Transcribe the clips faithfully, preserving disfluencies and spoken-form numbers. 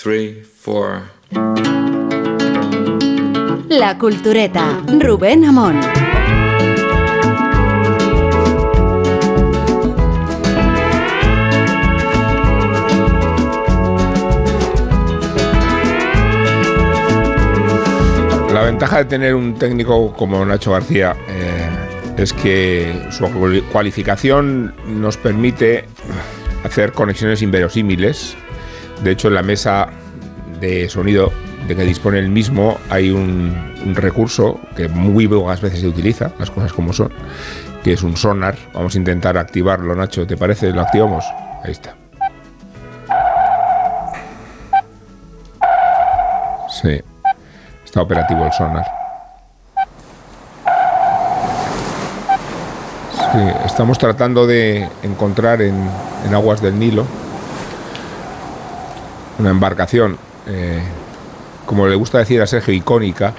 three, four. La Cultureta, Rubén Amón. La ventaja de tener un técnico como Nacho García eh, es que su cualificación nos permite hacer conexiones inverosímiles. De hecho, en la mesa de sonido de que dispone el mismo hay un, un recurso que muy pocas veces se utiliza, las cosas como son, que es un sonar. Vamos a intentar activarlo, Nacho, ¿te parece? ¿Lo activamos? Ahí está. Sí. Está operativo el sonar. Sí, estamos tratando de encontrar en, en aguas del Nilo una embarcación, eh, como le gusta decir a Sergio, icónica.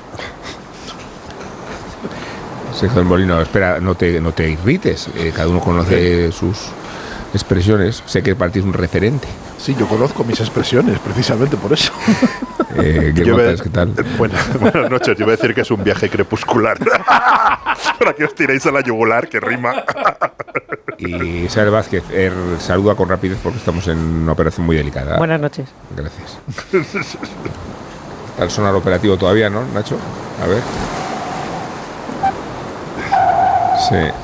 Sergio del Molino, espera, no te, no te irrites, eh, cada uno conoce sus expresiones. Sé que para ti es un referente. Sí, yo conozco mis expresiones, precisamente por eso. Eh, ¿qué, me, ¿Qué tal? Buenas, buenas noches. Yo voy a decir que es un viaje crepuscular. Para que os tiréis a la yugular, que rima. Y Isabel Vázquez, er, saluda con rapidez porque estamos en una operación muy delicada. Buenas noches. Gracias. Está el sonar operativo todavía, ¿no, Nacho? A ver. Sí.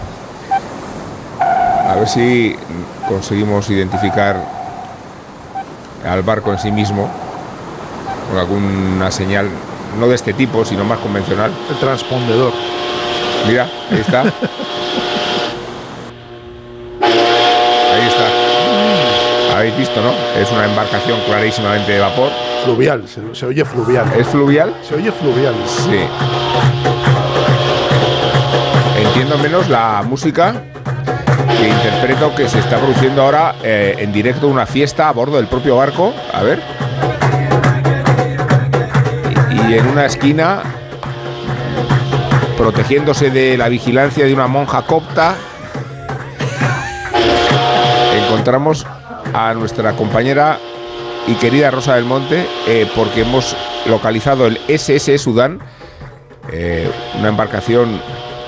A ver si conseguimos identificar al barco en sí mismo con alguna señal, no de este tipo, sino más convencional. El transpondedor. Mira, ahí está. Ahí está. Habéis visto, ¿no? Es una embarcación clarísimamente de vapor. Fluvial, se, se oye fluvial. ¿Es fluvial? Se oye fluvial. Sí. Entiendo menos la música que interpreto que se está produciendo ahora eh, en directo una fiesta a bordo del propio barco. A ver. Y, y en una esquina, protegiéndose de la vigilancia de una monja copta, encontramos a nuestra compañera y querida Rosa del Monte, eh, porque hemos localizado el S S Sudán, eh, una embarcación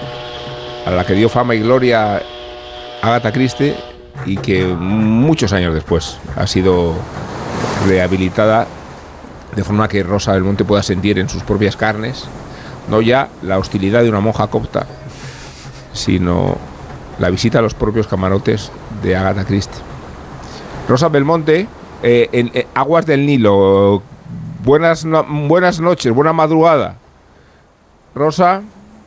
a la que dio fama y gloria Agatha Christie y que muchos años después ha sido rehabilitada de forma que Rosa del Monte pueda sentir en sus propias carnes no ya la hostilidad de una monja copta, sino la visita a los propios camarotes de Agatha Christie. Rosa Belmonte, eh, en eh, aguas del Nilo, buenas, no, buenas noches, buena madrugada. Rosa,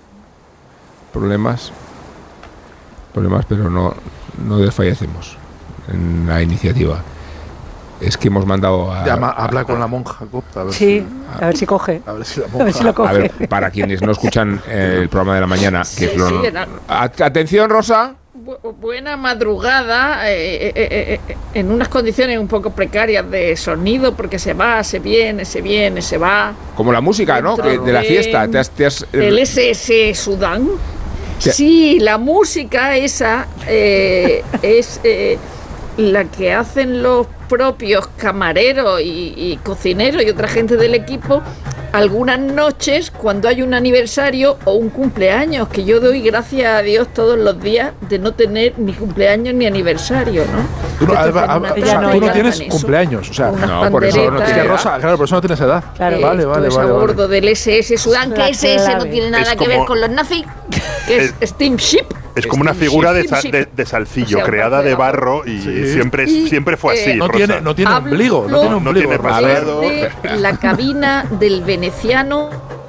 problemas, problemas, pero no, no desfallecemos en la iniciativa. Es que hemos mandado a... Llama, habla con la monja copta. A ver sí, si, a ver si coge. A ver si, la monja, a ver si lo coge. A ver, para quienes no escuchan eh, el programa de la mañana, que es lo, sí, era... Atención, Rosa. Bu- buena madrugada, eh, eh, eh, eh, en unas condiciones un poco precarias de sonido, porque se va, se viene, se viene, se va. Como la música, ¿no? Que de la fiesta. Te has, te has, el S S Sudán. Te... Sí, la música esa eh, es eh, la que hacen los propios camareros y, y cocineros y otra gente del equipo algunas noches cuando hay un aniversario o un cumpleaños, que yo doy gracias a Dios todos los días de no tener ni cumpleaños ni aniversario, ¿no? Tú no, a, a, a, o sea, tú no tienes cumpleaños, o sea, no, por eso no tienes Rosa, claro, por eso no tienes edad. Claro, vale, vale, es vale, a bordo vale. del S S Sudán, que ese S no tiene nada que ver con los nazis, que es, es Steamship. Es como una figura de, sa- de, de salcillo, o sea, creada de barro y sí. siempre, y, siempre fue así. Eh, no, tiene, no tiene ombligo, no tiene ombligo. No tiene pasado. De la cabina del veneciano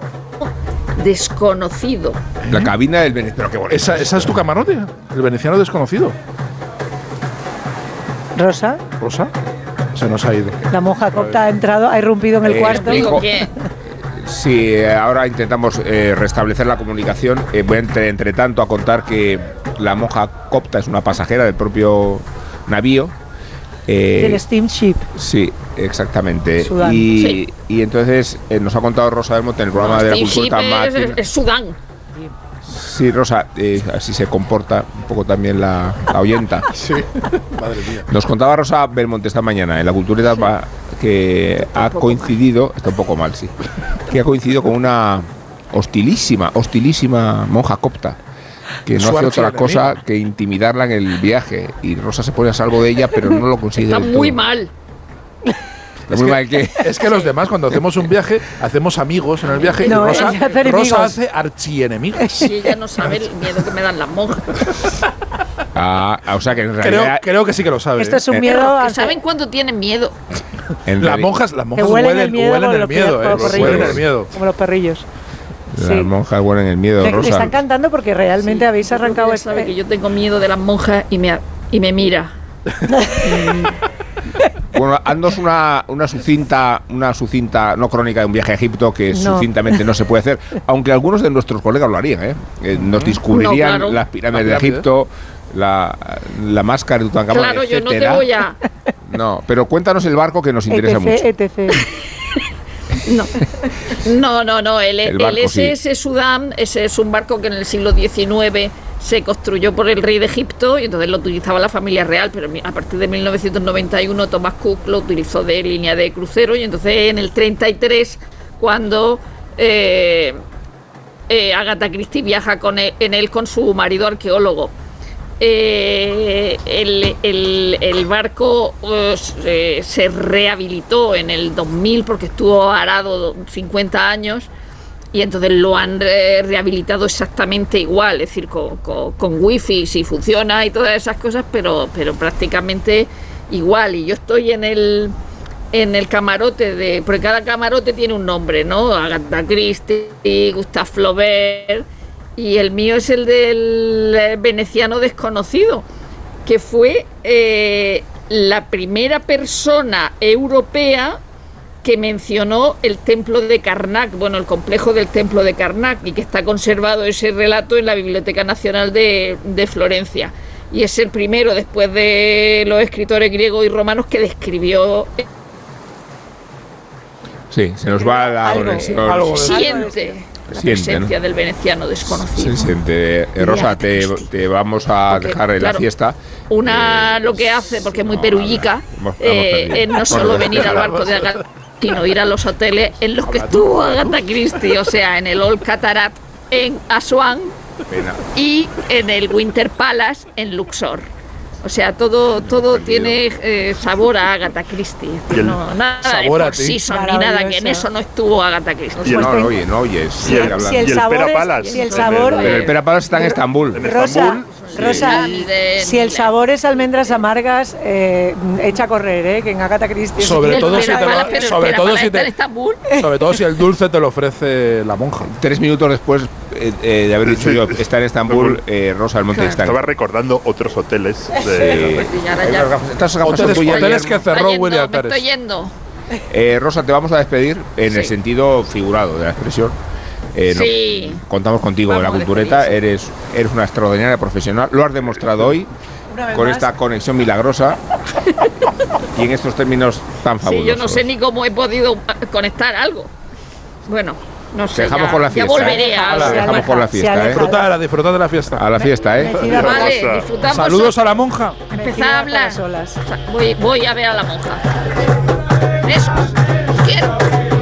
desconocido. La cabina del veneciano. Qué bonito. ¿Esa, ¿Esa es tu camarote? ¿El veneciano desconocido? ¿Rosa? ¿Rosa? Se nos ha ido. La monja copta ha entrado, ha irrumpido en el eh, cuarto. Explico. Sí, ahora intentamos eh, restablecer la comunicación. Eh, voy entre, entre tanto a contar que la monja copta es una pasajera del propio navío. Eh, del steamship. Sí, exactamente. Sudán. Y, sí. y entonces eh, nos ha contado Rosa del Monte en el programa no, de la cultura es, es, es Sudán. Sí, Rosa, eh, así se comporta un poco también la, la oyenta. Sí, madre mía. Nos contaba Rosa Belmonte esta mañana en la cultura, sí. que ha coincidido, está un poco mal, sí, que ha coincidido con una hostilísima, hostilísima monja copta, que no hace otra cosa que intimidarla en el viaje, y Rosa se pone a salvo de ella, pero no lo consigue Está del muy todo. mal. Está muy mal que... Es que los demás, cuando hacemos un viaje, hacemos amigos en el viaje No, y Rosa, ella hace enemigos. Rosa hace archienemigas. Si ella no sabe el miedo que me dan las monjas. Ah, o sea que en Creo, realidad... creo que sí que lo sabe. Esto es un Eh, miedo Que a- saben cuándo tienen miedo. en Las reali- monjas, las monjas huelen huelen, el miedo huelen como el los miedo, perros- eh, como perrillos. huelen el miedo. Como los perrillos. Las Sí. monjas huelen el miedo, Le, le Rosa. están cantando porque realmente Sí, habéis yo creo que arrancado ella este... sabe que yo tengo miedo de las monjas y me, y me mira. Bueno, haznos una, una sucinta, una sucinta, no crónica de un viaje a Egipto, que No. sucintamente no se puede hacer, aunque algunos de nuestros colegas lo harían, ¿eh? Eh, nos descubrirían No, claro. las pirámides de Las pirámides. Egipto, la, la máscara de Tutankamón, Claro, yo no te etcétera. voy a. No, pero cuéntanos el barco que nos interesa mucho. etc, etc. No, no, no, no. El, El el, barco, S S Sudán, ese es un barco que en el siglo diecinueve se construyó por el rey de Egipto y entonces lo utilizaba la familia real, pero a partir de mil novecientos noventa y uno Thomas Cook lo utilizó de línea de crucero y entonces en el treinta y tres cuando eh, eh, Agatha Christie viaja con él, en él con su marido arqueólogo. Eh, el, el, el barco eh, se, se rehabilitó en el dos mil porque estuvo arado cincuenta años y entonces lo han re- rehabilitado exactamente igual, es decir, con, con, con wifi si funciona y todas esas cosas, pero, pero prácticamente igual. Y yo estoy en el en el camarote de, porque cada camarote tiene un nombre, ¿no? Agatha Christie, Gustave Flaubert. Y el mío es el del veneciano desconocido, que fue eh, la primera persona europea que mencionó el templo de Karnak, bueno, el complejo del templo de Karnak, y que está conservado ese relato en la Biblioteca Nacional de, de Florencia. Y es el primero, después de los escritores griegos y romanos, que describió. Sí, se nos va la Algo, conexión. algo de- Siente la Siente, presencia ¿no? del veneciano desconocido. Se siente. Eh, Rosa, te, te vamos a Porque, dejar en la claro, fiesta. Una Eh, lo que hace, porque es muy no, perullica, hemos- hemos eh, perdido. es no solo Bueno, venir al barco de Agatha, sino ir a los hoteles en los que estuvo Agatha Christie, o sea, en el Old Catarat en Asuán Pena. y en el Winter Palace en Luxor. O sea, todo todo perdido. tiene eh, sabor a Agatha Christie. Y el No, nada sabor de a ti. Four Seasons ni nada, que en Maravilloso. eso no estuvo Agatha Christie. Y el- No, Pues no, oye, no oyes. Y sigue el- hablando. si el y el sabor Pera es- Palace. si el sabor- Pero el Pera Palace está en Estambul. Rosa, Rosa, Ni de- si el ni de- sabor es almendras amargas, eh, echa a correr, ¿eh? Que en Agatha Christie... Sobre El todo si te Pera va- Palace, pero el sobre Pera todo Palace si está te- en Estambul. Sobre todo si el dulce te lo ofrece la monja. Tres minutos después eh, eh, de haber dicho yo está en Estambul, eh, Rosa del Monte Claro. está en. Estaba recordando otros hoteles de. Sí. Y ahora ya- Estas gafas son Hoteles, tuyas, hoteles Guillermo. que cerró Está yendo, William me estoy Tares. yendo. Eh, Rosa, te vamos a despedir en Sí. el sentido figurado de la expresión. Eh, no- Sí. contamos contigo en la Vamos a cultureta, despedirse. eres, eres una extraordinaria profesional, lo has demostrado hoy Una vez con más. esta conexión milagrosa y en estos términos tan Sí, fabulosos. yo no sé ni cómo he podido conectar algo. Bueno, no sé. Te dejamos ya, con la ya fiesta, volveré ¿eh? a Te Se dejamos aleja, con la se fiesta, ¿eh? aleja. Disfrutar, disfrutar de la fiesta. A la fiesta, ¿eh? Mecida Vale, Rosa. disfrutamos. Saludos a la monja. Empezar a hablar. para solas. O sea, Voy, voy a ver a la monja. Eso. Quiero.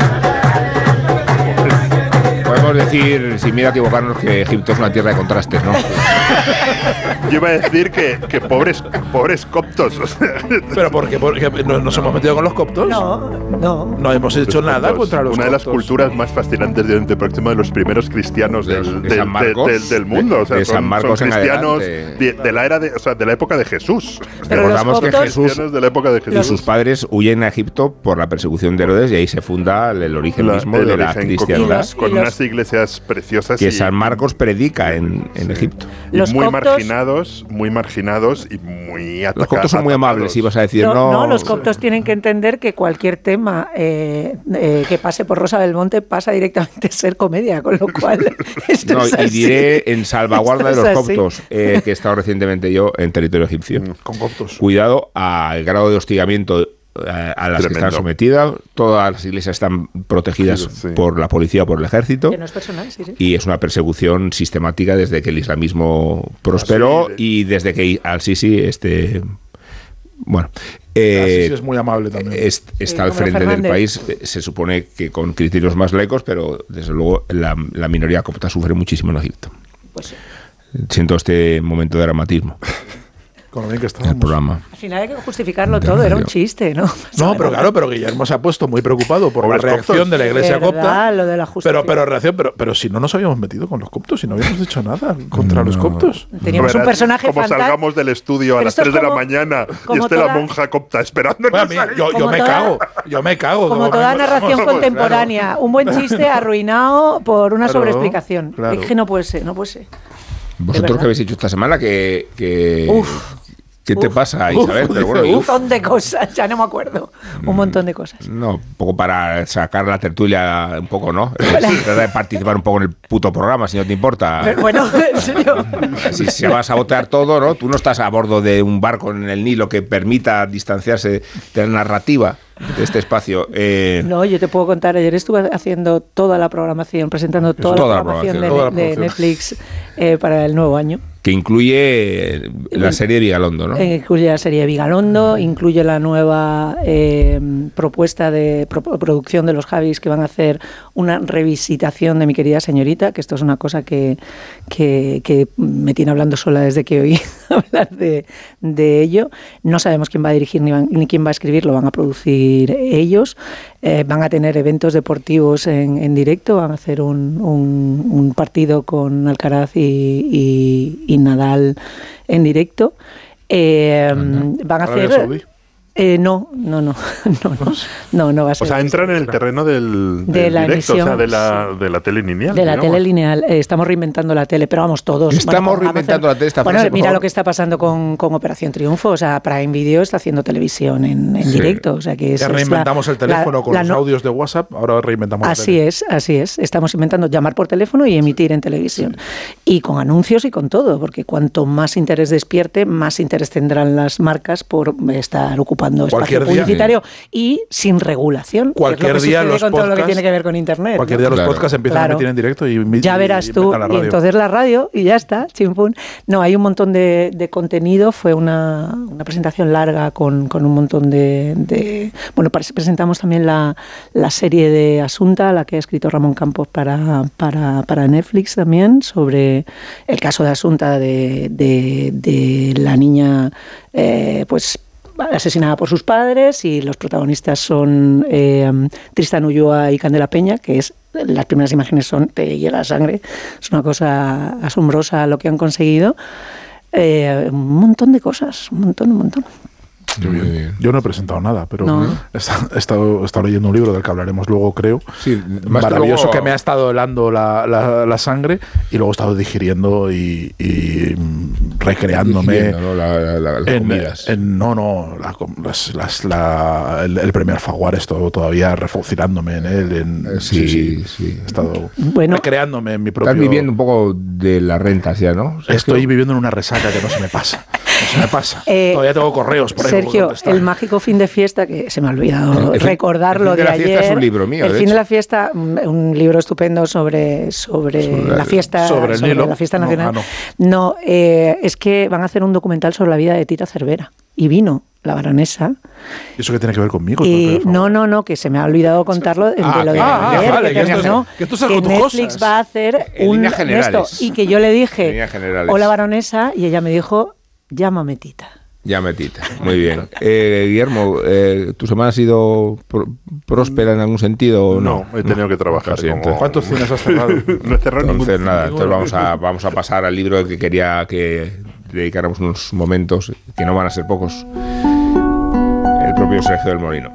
Podemos decir, sin miedo a equivocarnos, que Egipto es una tierra de contrastes, ¿no? Yo iba a decir que, que pobres, pobres coptos. O sea, Pero porque, porque no- nos hemos metido con los coptos. No, no. No hemos hecho los nada coptos, contra los Una de las coptos. culturas más fascinantes de Oriente Próximo, de los primeros cristianos De- del, de del- San Marcos, del- del mundo. O sea, de son, San Marcos son en cristianos adelante. de, de la era de, o sea, de la época de Jesús. Pero Recordamos los que coptos- Jesús Cristianos de la época de y Jesús. sus padres huyen a Egipto por la persecución de Herodes y ahí se funda el origen La- mismo el de la origen con, cristiandad, los- con y los- unas iglesias preciosas que y, San Marcos predica en, en Egipto. y Los muy coptos- marginados, muy marginados y muy atacados. Los coptos son muy amables, ibas a decir, No, no. no, los coptos tienen que entender que cualquier tema eh, eh, que pase por Rosa del Monte pasa directamente a ser comedia, con lo cual esto No, es y así. diré en salvaguarda de Esto los es así. coptos, eh, que he estado recientemente yo en territorio egipcio. Con coptos. Cuidado al grado de hostigamiento eh, a las que Tremendo. están sometidas. Todas las iglesias están protegidas Sí, sí. por la policía o por el ejército. Que no es personal, sí, sí. Y es una persecución sistemática desde que el islamismo prosperó Ah, sí, de- y desde que al-Sisi este bueno Eh, Así es muy amable también. es- está Sí, al como frente Fernández. del país, eh, se supone que con criterios más laicos, pero desde luego la, la minoría copta sufre muchísimo en Egipto. Pues sí. Siento este momento de dramatismo Con lo bien que en el estábamos. programa. Al final hay que justificarlo De todo, era un radio. chiste, ¿no? No, pero claro, pero Guillermo se ha puesto muy preocupado por Por la los reacción coptos. de la iglesia ¿Verdad? copta. Lo de la Pero, justicia. pero reacción, pero, pero si no nos habíamos metido con los coptos y no habíamos dicho nada contra los coptos. Teníamos un Verás, personaje Como fantástico. salgamos del estudio a Pero las esto es tres de la como- mañana y como esté toda- la monja copta esperando. Bueno, a mí, yo, yo Como me toda- cago, yo me cago. Como toda vamos, narración vamos, contemporánea, un buen chiste arruinado por una Claro, sobreexplicación. claro. Es que no puede ser, no puede ser. ¿Vosotros verdad. qué habéis hecho esta semana? ¿Qué, qué, Uf. ¿qué te Uf. pasa, Isabel? Uf, Pero bueno, dice, Un uf. montón de cosas, ya no me acuerdo. Un montón de cosas. No, un poco para sacar la tertulia, un poco, ¿no? Trata de participar un poco en el puto programa, si no te importa. Pero bueno, en serio. Si se va a sabotear todo, ¿no? Tú no estás a bordo de un barco en el Nilo que permita distanciarse de la narrativa de este espacio. Eh, No, yo te puedo contar, ayer estuve haciendo toda la programación, presentando toda, toda la la programación, de, programación, toda la de programación. Netflix eh, para el nuevo año. que incluye la serie de Vigalondo, ¿no? Eh, Incluye la serie Vigalondo, incluye la nueva eh, propuesta de pro- producción de los Javis que van a hacer una revisitación de Mi querida señorita, que esto es una cosa que, que, que me tiene hablando sola desde que oí hablar de, de ello. No sabemos quién va a dirigir ni, van- ni quién va a escribir, lo van a producir ellos. Eh, van a tener eventos deportivos en, en directo, van a hacer un, un, un partido con Alcaraz y, y, y Nadal en directo. Eh, van a Arabia hacer... Saudí. Eh, no, no, no, no, no, no, no va a ser. O sea, entran en el terreno del, De del la directo, o sea, emisión, de la, de la tele lineal. De la digamos. tele lineal. Eh, estamos reinventando la tele, pero vamos, todos. Estamos Bueno, con reinventando Amazon- la tele, esta Bueno, frase, por mira favor. lo que está pasando con, con Operación Triunfo. O sea, Prime Video está haciendo televisión en, en Sí. directo. O sea, que es, Ya es la- reinventamos el teléfono la- con la los no- audios de WhatsApp, ahora reinventamos la Así tele. es, así es. Estamos inventando llamar por teléfono y emitir en televisión. Y con anuncios y con todo, porque cuanto más interés despierte, más interés tendrán las marcas por estar ocupando espacio Cualquier día- publicitario y sin regulación. que Cualquier es lo que día sucede los con todo lo que podcasts- tiene que ver con Internet. Cualquier ¿no? día los Claro. podcasts empiezan Claro. a emitir en directo y mi- Ya y verás tú, inventan la y radio. entonces la radio, y ya está, chimpún. No, hay un montón de, de contenido, fue una, una presentación larga con, con un montón de... de- bueno, pres- presentamos también la, la serie de Asunta, la que ha escrito Ramón Campos para, para, para Netflix también, sobre el caso de Asunta de, de, de la niña, eh, pues asesinada por sus padres, y los protagonistas son eh, Tristan Ulloa y Candela Peña, que es las primeras imágenes son te hiela la sangre, es una cosa asombrosa lo que han conseguido. Eh, un montón de cosas, un montón, un montón. Qué bien. Muy bien. Yo no he presentado nada, pero No. he, esta- he estado, he estado leyendo un libro del que hablaremos luego, creo. Sí, más que Maravilloso, luego- que me ha estado helando la, la- la sangre y luego he estado digiriendo y, y, mm, recreándome. Digiriendo, ¿no? La- la- la- las En, comidas. en- no, no, la com- las- las- la- el, el premio Alfaguara, estoy todavía refocinándome en él. En, Eh, sí, sí. He estado Bueno. recreándome en mi propio... Estás viviendo un poco de las rentas ya, ¿no? Estoy viviendo en una resaca que no se me pasa. No se me pasa. Eh, Todavía tengo correos por ahí. por Sergio, contestar. el mágico fin de fiesta, que se me ha olvidado El fin- recordarlo el fin de de, la fiesta ayer. es un libro mío, El de fin hecho. de la fiesta, mm, un libro estupendo sobre, sobre, Sobre- la fiesta, sobre el Nilo. la fiesta No, nacional. ah, no. No, eh, es que van a hacer un documental sobre la vida de Tita Cervera. Y vino la baronesa. ¿Y eso qué tiene que ver conmigo? Y Por favor. no, no, no, que se me ha olvidado contarlo de Ah, lo de que- ah, ayer, vale, que, que esto tenía- es- no, que tú estás que con tus Netflix cosas. va a hacer En un líneas generales. esto, y que yo le En dije, líneas generales. hola baronesa, y ella me dijo, llámame Tita. Ya metita. Muy bien. Eh, Guillermo, eh, ¿tu semana ha sido pr- próspera en algún sentido o no? No, he tenido que trabajar. Lo siento. como- ¿Cuántos cines has cerrado? No he cerrado ningún. Entonces, nada, ninguno. entonces vamos a, vamos a pasar al libro que quería que dedicáramos unos momentos, que no van a ser pocos. El propio Sergio del Molino.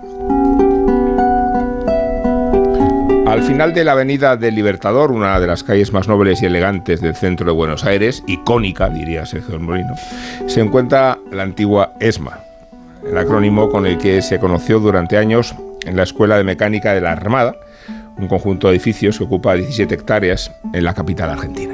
Al final de la avenida del Libertador, una de las calles más nobles y elegantes del centro de Buenos Aires, icónica, diría Sergio del Molino, se encuentra la antigua ESMA, el acrónimo con el que se conoció durante años en la Escuela de Mecánica de la Armada, un conjunto de edificios que ocupa diecisiete hectáreas en la capital argentina.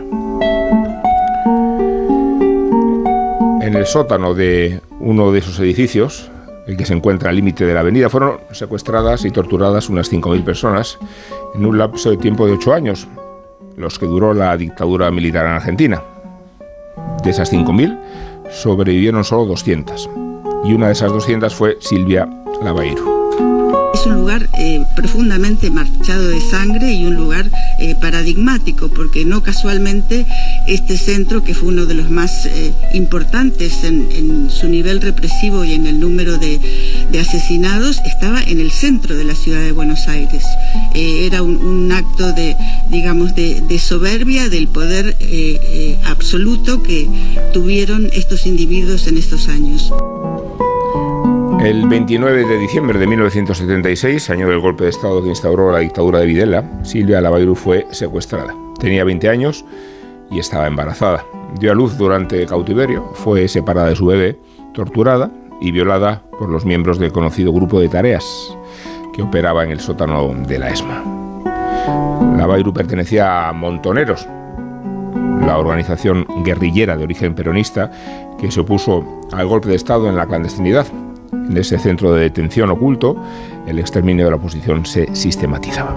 En el sótano de uno de esos edificios, el que se encuentra al límite de la avenida, fueron secuestradas y torturadas unas cinco mil personas en un lapso de tiempo de ocho años, los que duró la dictadura militar en Argentina. De esas cinco mil, sobrevivieron solo doscientas. y una de esas doscientas fue Silvia Labairo. Es un lugar eh, profundamente manchado de sangre y un lugar eh, paradigmático, porque no casualmente este centro, que fue uno de los más eh, importantes en, en su nivel represivo y en el número de, de asesinados, estaba en el centro de la ciudad de Buenos Aires. Eh, era un, un acto de, digamos, de, de soberbia del poder eh, eh, absoluto que tuvieron estos individuos en estos años. El veintinueve de diciembre de mil novecientos setenta y seis, año del golpe de Estado que instauró la dictadura de Videla, Silvia Labairo fue secuestrada. Tenía veinte años y estaba embarazada. Dio a luz durante el cautiverio, fue separada de su bebé, torturada y violada por los miembros del conocido Grupo de Tareas, que operaba en el sótano de la ESMA. Labairo pertenecía a Montoneros, la organización guerrillera de origen peronista que se opuso al golpe de Estado en la clandestinidad. En ese centro de detención oculto, el exterminio de la oposición se sistematizaba.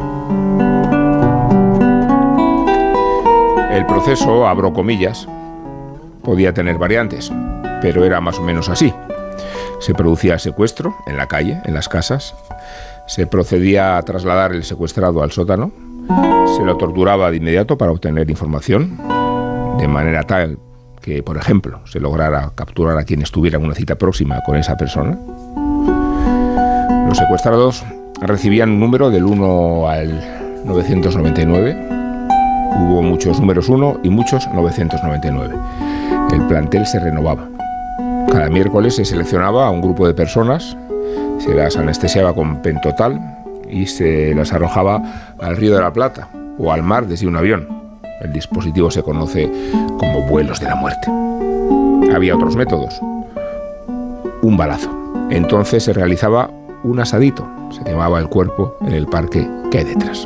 El proceso, abro comillas, podía tener variantes, pero era más o menos así. Se producía secuestro en la calle, en las casas, se procedía a trasladar el secuestrado al sótano, se lo torturaba de inmediato para obtener información, de manera tal que, por ejemplo, se lograra capturar a quien estuviera en una cita próxima con esa persona. Los secuestrados recibían un número del uno al novecientos noventa y nueve. Hubo muchos números uno y muchos novecientos noventa y nueve. El plantel se renovaba. Cada miércoles se seleccionaba a un grupo de personas, se las anestesiaba con pentotal y se las arrojaba al Río de la Plata o al mar desde un avión. El dispositivo se conoce como vuelos de la muerte. Había otros métodos. Un balazo. Entonces se realizaba un asadito. Se quemaba el cuerpo en el parque que hay detrás.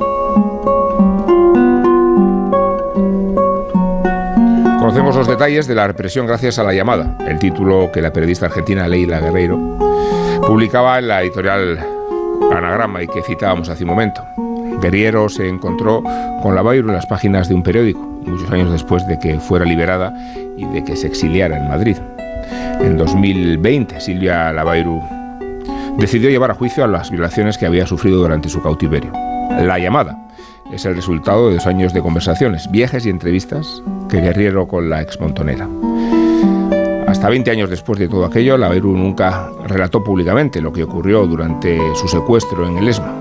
Conocemos los detalles de la represión gracias a La Llamada, el título que la periodista argentina Leila Guerreiro publicaba en la editorial Anagrama y que citábamos hace un momento. Guerriero se encontró con Labairo en las páginas de un periódico, muchos años después de que fuera liberada y de que se exiliara en Madrid. En dos mil veinte, Silvia Labairo decidió llevar a juicio a las violaciones que había sufrido durante su cautiverio. La Llamada es el resultado de dos años de conversaciones, viajes y entrevistas que Guerriero con la exmontonera. Hasta veinte años después de todo aquello, Labairo nunca relató públicamente lo que ocurrió durante su secuestro en el ESMA.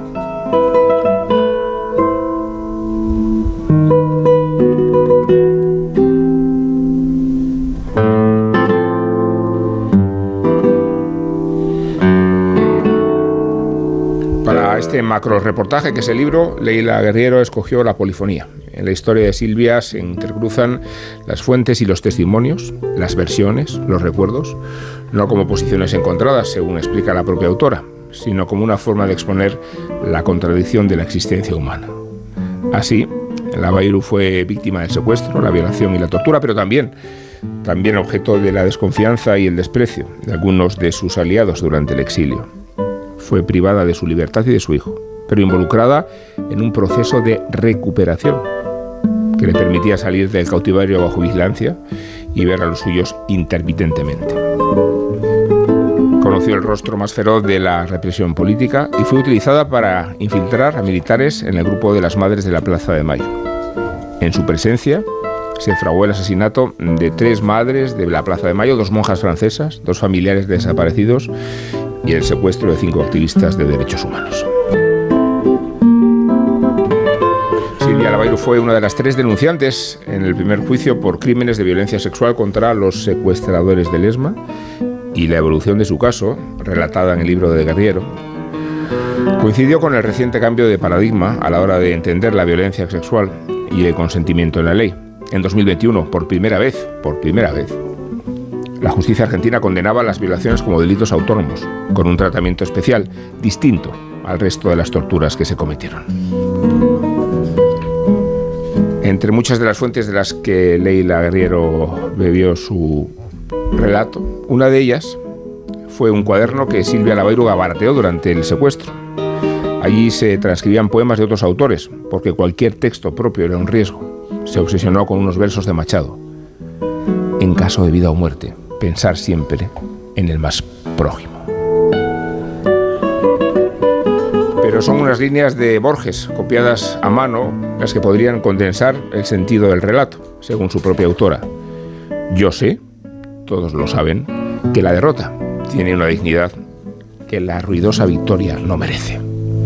Este macro reportaje, que es el libro, Leila Guerriero escogió la polifonía. En la historia de Silvia se intercruzan las fuentes y los testimonios, las versiones, los recuerdos, no como posiciones encontradas, según explica la propia autora, sino como una forma de exponer la contradicción de la existencia humana. Así, Labairo fue víctima del secuestro, la violación y la tortura, pero también, también objeto de la desconfianza y el desprecio de algunos de sus aliados durante el exilio. Fue privada de su libertad y de su hijo, pero involucrada en un proceso de recuperación que le permitía salir del cautiverio bajo vigilancia y ver a los suyos intermitentemente. Conoció el rostro más feroz de la represión política y fue utilizada para infiltrar a militares en el grupo de las Madres de la Plaza de Mayo. En su presencia se fraguó el asesinato de tres madres de la Plaza de Mayo, dos monjas francesas, dos familiares de desaparecidos y el secuestro de cinco activistas de derechos humanos. Silvia Labairo fue una de las tres denunciantes en el primer juicio por crímenes de violencia sexual contra los secuestradores del ESMA, y la evolución de su caso, relatada en el libro de Guerriero, coincidió con el reciente cambio de paradigma a la hora de entender la violencia sexual y el consentimiento en la ley. En dos mil veintiuno, por primera vez, por primera vez, la justicia argentina condenaba las violaciones como delitos autónomos, con un tratamiento especial, distinto al resto de las torturas que se cometieron. Entre muchas de las fuentes de las que Leila Guerriero bebió su relato, una de ellas fue un cuaderno que Silvia Labairo gabarateó durante el secuestro. Allí se transcribían poemas de otros autores, porque cualquier texto propio era un riesgo. Se obsesionó con unos versos de Machado. En caso de vida o muerte, pensar siempre en el más prójimo. Pero son unas líneas de Borges, copiadas a mano, las que podrían condensar el sentido del relato, según su propia autora. Yo sé, todos lo saben, que la derrota tiene una dignidad que la ruidosa victoria no merece.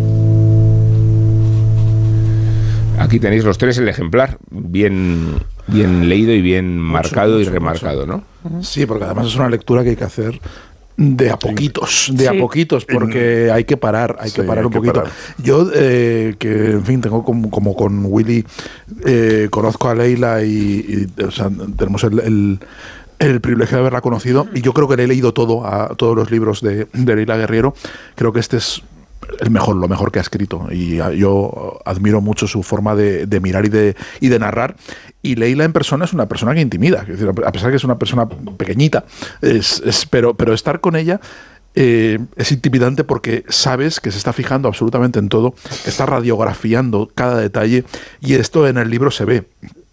Aquí tenéis los tres el ejemplar, bien, bien leído y bien mucho, marcado mucho, y remarcado, mucho. ¿No? Sí, porque además es una lectura que hay que hacer de a poquitos, de sí. a poquitos, porque hay que parar, hay sí, que parar un poquito. Parar. Yo, eh, que en fin, tengo como, como con Willy, eh, conozco a Leila y, y o sea, tenemos el, el, el privilegio de haberla conocido, y yo creo que le he leído todo, a todos los libros de, de Leila Guerriero. Creo que este es el mejor, lo mejor que ha escrito, y yo admiro mucho su forma de, de mirar y de, y de narrar. Y Leila en persona es una persona que intimida, es decir, a pesar de que es una persona pequeñita, es, es, pero, pero estar con ella eh, es intimidante porque sabes que se está fijando absolutamente en todo, está radiografiando cada detalle, y esto en el libro se ve.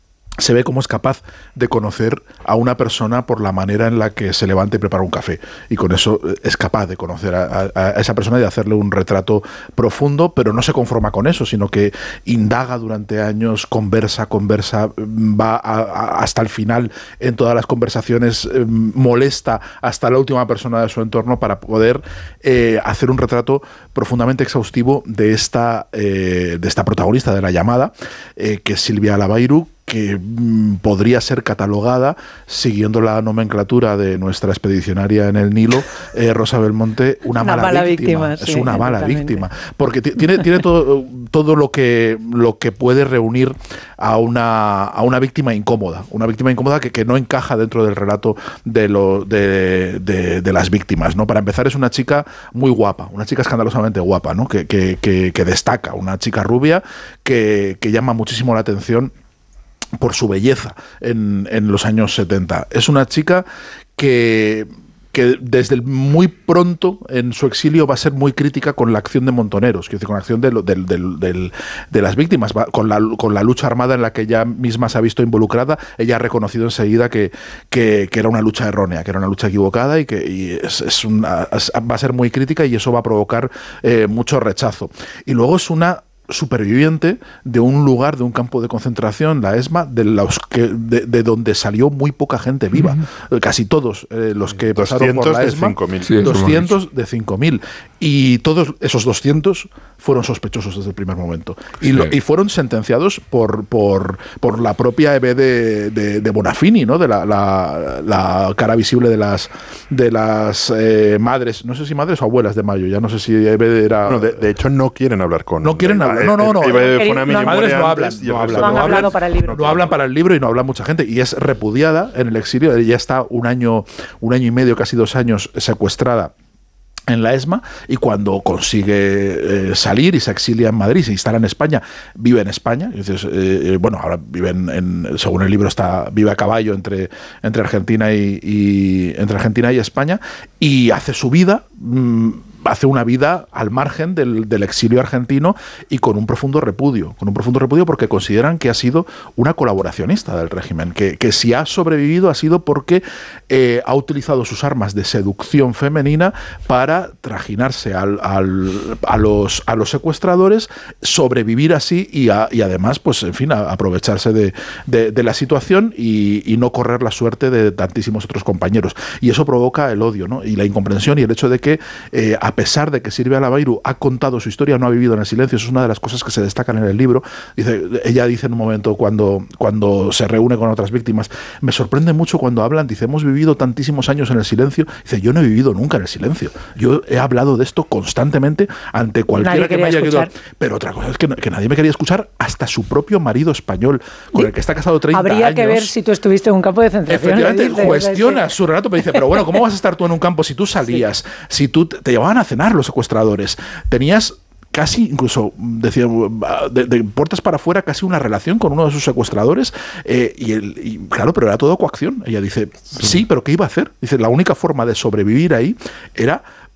Se ve cómo es capaz de conocer a una persona por la manera en la que se levanta y prepara un café. Y con eso es capaz de conocer a, a, a esa persona y de hacerle un retrato profundo, pero no se conforma con eso, sino que indaga durante años, conversa, conversa, va a, a, hasta el final en todas las conversaciones, eh, molesta hasta la última persona de su entorno para poder eh, hacer un retrato profundamente exhaustivo de esta, eh, de esta protagonista de La llamada, eh, que es Silvia Alabairu, que mmm, podría ser catalogada, siguiendo la nomenclatura de nuestra expedicionaria en el Nilo, eh, Rosa Belmonte, una, una mala, mala víctima. víctima. Es sí, una mala totalmente. víctima. Porque tiene, tiene todo, todo lo que, lo que puede reunir a una, a una víctima incómoda. Una víctima incómoda que, que no encaja dentro del relato de, lo, de, de, de las víctimas, ¿no? Para empezar, es una chica muy guapa, una chica escandalosamente guapa, ¿no? Que, que, que, que destaca, una chica rubia que, que llama muchísimo la atención por su belleza en, en los años setenta. Es una chica que, que desde muy pronto en su exilio va a ser muy crítica con la acción de Montoneros, quiero decir, con la acción de, lo, de, de, de, de las víctimas, con la, con la lucha armada en la que ella misma se ha visto involucrada. Ella ha reconocido enseguida que, que, que era una lucha errónea, que era una lucha equivocada, y que y es, es una, es, va a ser muy crítica, y eso va a provocar eh, mucho rechazo. Y luego es una superviviente de un lugar, de un campo de concentración, la ESMA, de, los que, de, de donde salió muy poca gente viva. Mm. Casi todos eh, los que pasaron por la ESMA, doscientos de cinco mil. Y todos esos doscientos fueron sospechosos desde el primer momento. Y, sí. lo, y fueron sentenciados por, por, por la propia E B de, de, de Bonafini, ¿no? De la, la, la cara visible de las, de las eh, madres, no sé si madres o abuelas de Mayo, ya no sé si E B era... No, de, de hecho no quieren hablar con... No quieren hablar. No, no, no. Las madres no hablan. No hablan, no hablan para el libro. No hablan para el libro y no habla mucha gente. Y es repudiada en el exilio. Ella está un año, un año y medio, casi dos años secuestrada en la ESMA, y cuando consigue eh, salir y se exilia en Madrid, se instala en España, vive en España. Entonces, eh, bueno, ahora vive en, en, según el libro, está vive a caballo entre, entre Argentina y, y entre Argentina y España, y hace su vida. Mmm, hace una vida al margen del, del exilio argentino, y con un profundo repudio, con un profundo repudio porque consideran que ha sido una colaboracionista del régimen, que, que si ha sobrevivido ha sido porque eh, ha utilizado sus armas de seducción femenina para trajinarse al, al, a, los, a los secuestradores, sobrevivir así y, a, y además, pues en fin, a, aprovecharse de, de, de la situación y, y no correr la suerte de tantísimos otros compañeros. Y eso provoca el odio, ¿no? Y la incomprensión, y el hecho de que eh, a pesar de que Silvia Alabairu ha contado su historia, no ha vivido en el silencio. Eso es una de las cosas que se destacan en el libro. Dice, ella dice en un momento, cuando, cuando se reúne con otras víctimas, me sorprende mucho cuando hablan, dice, hemos vivido tantísimos años en el silencio. Dice, yo no he vivido nunca en el silencio. Yo he hablado de esto constantemente ante cualquiera que me haya querido. Pero otra cosa es que, que nadie me quería escuchar, hasta su propio marido español, con el que está casado treinta Habría años. Habría que ver si tú estuviste en un campo de concentración. Efectivamente, dice, cuestiona su relato, pero dice, pero bueno, ¿cómo vas a estar tú en un campo si tú salías, sí. si tú te, te llevaban a cenar los secuestradores, tenías casi, incluso, decía, de, de puertas para afuera, casi una relación con uno de sus secuestradores, eh, y, el, y claro, pero era todo coacción. Ella dice, sí. sí, pero ¿qué iba a hacer? Dice, la única forma de sobrevivir ahí era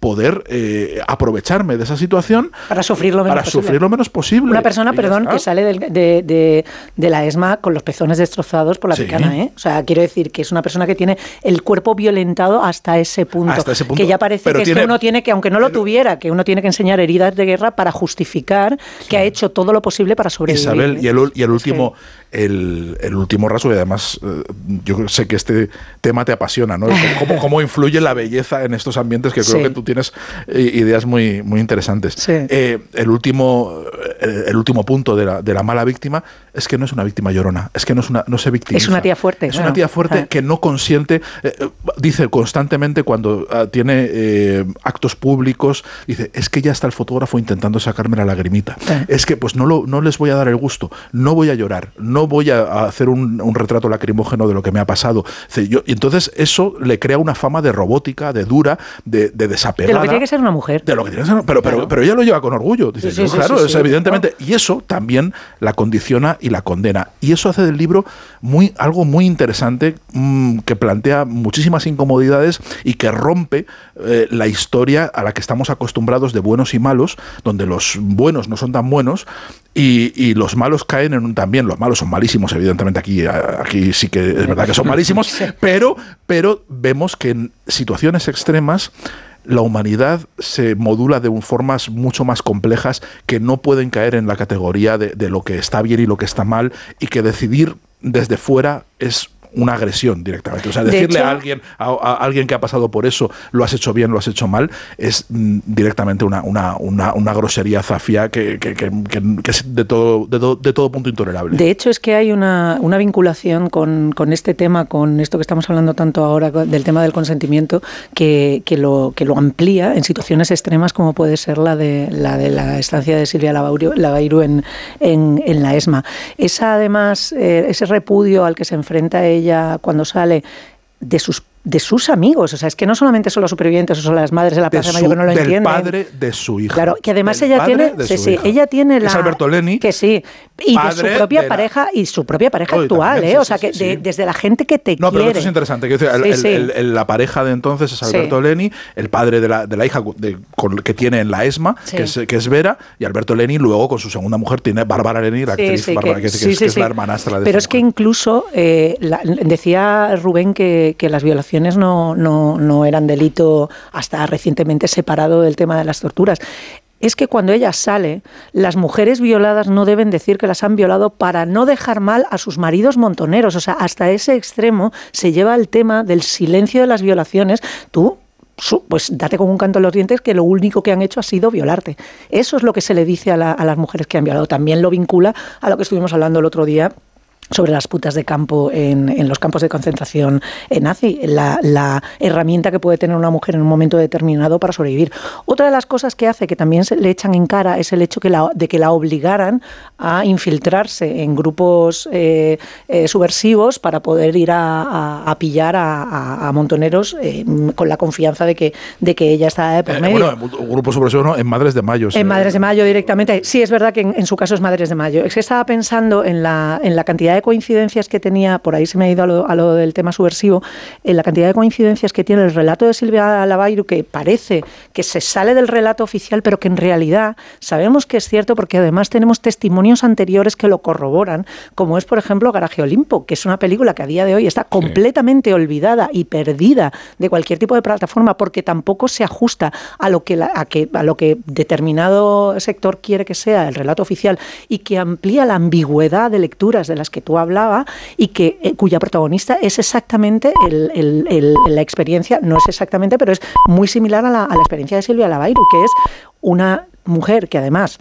poder eh, aprovecharme de esa situación para sufrir lo menos para posible. Sufrir lo menos posible. Una persona, perdón, que sale del, de, de, de la ESMA con los pezones destrozados por la sí. picana, ¿eh? O sea, quiero decir que es una persona que tiene el cuerpo violentado hasta ese punto. Hasta ese punto. Que ya parece Pero que, tiene, es que uno tiene que, aunque no lo tuviera, que uno tiene que enseñar heridas de guerra para justificar sí. que ha hecho todo lo posible para sobrevivir. Isabel, y el, y el último, sí. el, el último rasgo, y además eh, yo sé que este tema te apasiona, ¿no? Cómo, cómo influye la belleza en estos ambientes, que creo sí. que tú tienes eh, ideas muy, muy interesantes. Sí. Eh, el último el, el último punto de la, de la mala víctima es que no es una víctima llorona, es que no, es una, no se victimiza. Es una tía fuerte. Es claro. una tía fuerte ah. que no consiente, eh, dice constantemente cuando uh, tiene eh, actos públicos, dice, es que ya está el fotógrafo intentando sacarme la lagrimita. Ah. Es que pues no, lo, no les voy a dar el gusto, no voy a llorar, no voy a, a hacer un, un retrato lacrimógeno de lo que me ha pasado. Dice, yo, y entonces eso le crea una fama de robótica, de dura, de, de desapegada. De lo que tiene que ser una mujer. De lo que tiene que ser, pero, pero, claro. pero ella lo lleva con orgullo. Dice, sí, sí, sí, claro, sí, sí, es evidentemente. Sí. Y eso también la condiciona y la condena. Y eso hace del libro muy, algo muy interesante, mmm, que plantea muchísimas incomodidades y que rompe eh, la historia a la que estamos acostumbrados de buenos y malos, donde los buenos no son tan buenos y, y los malos caen en un también. Los malos son malísimos, evidentemente aquí, aquí sí que es verdad que son malísimos, sí. pero, pero vemos que en situaciones extremas la humanidad se modula de formas mucho más complejas que no pueden caer en la categoría de, de lo que está bien y lo que está mal, y que decidir desde fuera es una agresión directamente. O sea, decirle de hecho, a alguien a, a alguien que ha pasado por eso, lo has hecho bien, lo has hecho mal, es mm, directamente una, una, una, una grosería zafia que, que, que, que, que es de todo, de, todo, de todo punto intolerable. De hecho, es que hay una, una vinculación con, con este tema, con esto que estamos hablando tanto ahora, del tema del consentimiento, que, que, lo, que lo amplía en situaciones extremas como puede ser la de la, de la estancia de Silvia Lavairu en, en, en la ESMA. Esa, además, eh, ese repudio al que se enfrenta ella cuando sale de sus de sus amigos, o sea, es que no solamente son los supervivientes o son las madres de la Plaza de Mayo que no lo entienden. Del padre de su hija. Claro, que además ella tiene, sí, sí, ella tiene la, es Alberto Leni, que sí, y de su propia de pareja la, y su propia pareja actual, también, eh, sí, o sea, que sí, de, sí. desde la gente que te no, quiere. No, pero esto es interesante, que el, sí, el, sí. El, el, la pareja de entonces es Alberto sí. Leni, el padre de la, de la hija de, con, que tiene en la ESMA, sí. que, es, que es Vera, y Alberto Leni luego con su segunda mujer tiene Bárbara Leni, la sí, actriz sí, Bárbara, que, que, sí, que, es, sí, que sí. es la hermanastra de Pero es mujer. que incluso eh, la, decía Rubén que, que las violaciones no, no No, no eran delito hasta recientemente separado del tema de las torturas. Es que cuando ella sale, las mujeres violadas no deben decir que las han violado para no dejar mal a sus maridos montoneros. O sea, hasta ese extremo se lleva el tema del silencio de las violaciones. Tú, pues date con un canto en los dientes que lo único que han hecho ha sido violarte. Eso es lo que se le dice a, la, a las mujeres que han violado. También lo vincula a lo que estuvimos hablando el otro día sobre las putas de campo en, en los campos de concentración nazi, la, la herramienta que puede tener una mujer en un momento determinado para sobrevivir. Otra de las cosas que hace, que también se le echan en cara, es el hecho que la, de que la obligaran a infiltrarse en grupos eh, eh, subversivos para poder ir a, a, a pillar a, a, a montoneros eh, con la confianza de que, de que ella está de por medio. Eh, bueno, grupos subversivos no, en Madres de Mayo. En Madres de Mayo directamente. Sí, es verdad que en, en su caso es Madres de Mayo. Es que estaba pensando en la, en la cantidad de coincidencias que tenía, por ahí se me ha ido a lo, a lo del tema subversivo, en la cantidad de coincidencias que tiene el relato de Silvia Lavairu, que parece que se sale del relato oficial, pero que en realidad sabemos que es cierto porque además tenemos testimonios anteriores que lo corroboran, como es, por ejemplo, Garaje Olimpo, que es una película que a día de hoy está completamente sí. olvidada y perdida de cualquier tipo de plataforma porque tampoco se ajusta a lo que, la, a que, a lo que determinado sector quiere que sea el relato oficial y que amplía la ambigüedad de lecturas de las que tú hablaba y que eh, cuya protagonista es exactamente el, el, el, la experiencia, no es exactamente, pero es muy similar a la, a la experiencia de Silvia Lavairu, que es una mujer que además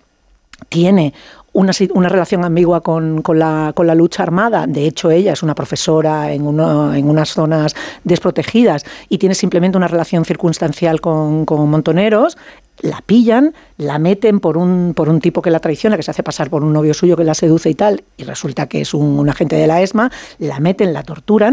tiene Una, una relación ambigua con, con, la, con la lucha armada. De hecho, ella es una profesora en, uno, en unas zonas desprotegidas y tiene simplemente una relación circunstancial con, con montoneros. La pillan, la meten por un, por un tipo que la traiciona, que se hace pasar por un novio suyo que la seduce y tal, y resulta que es un, un agente de la ESMA, la meten, la torturan,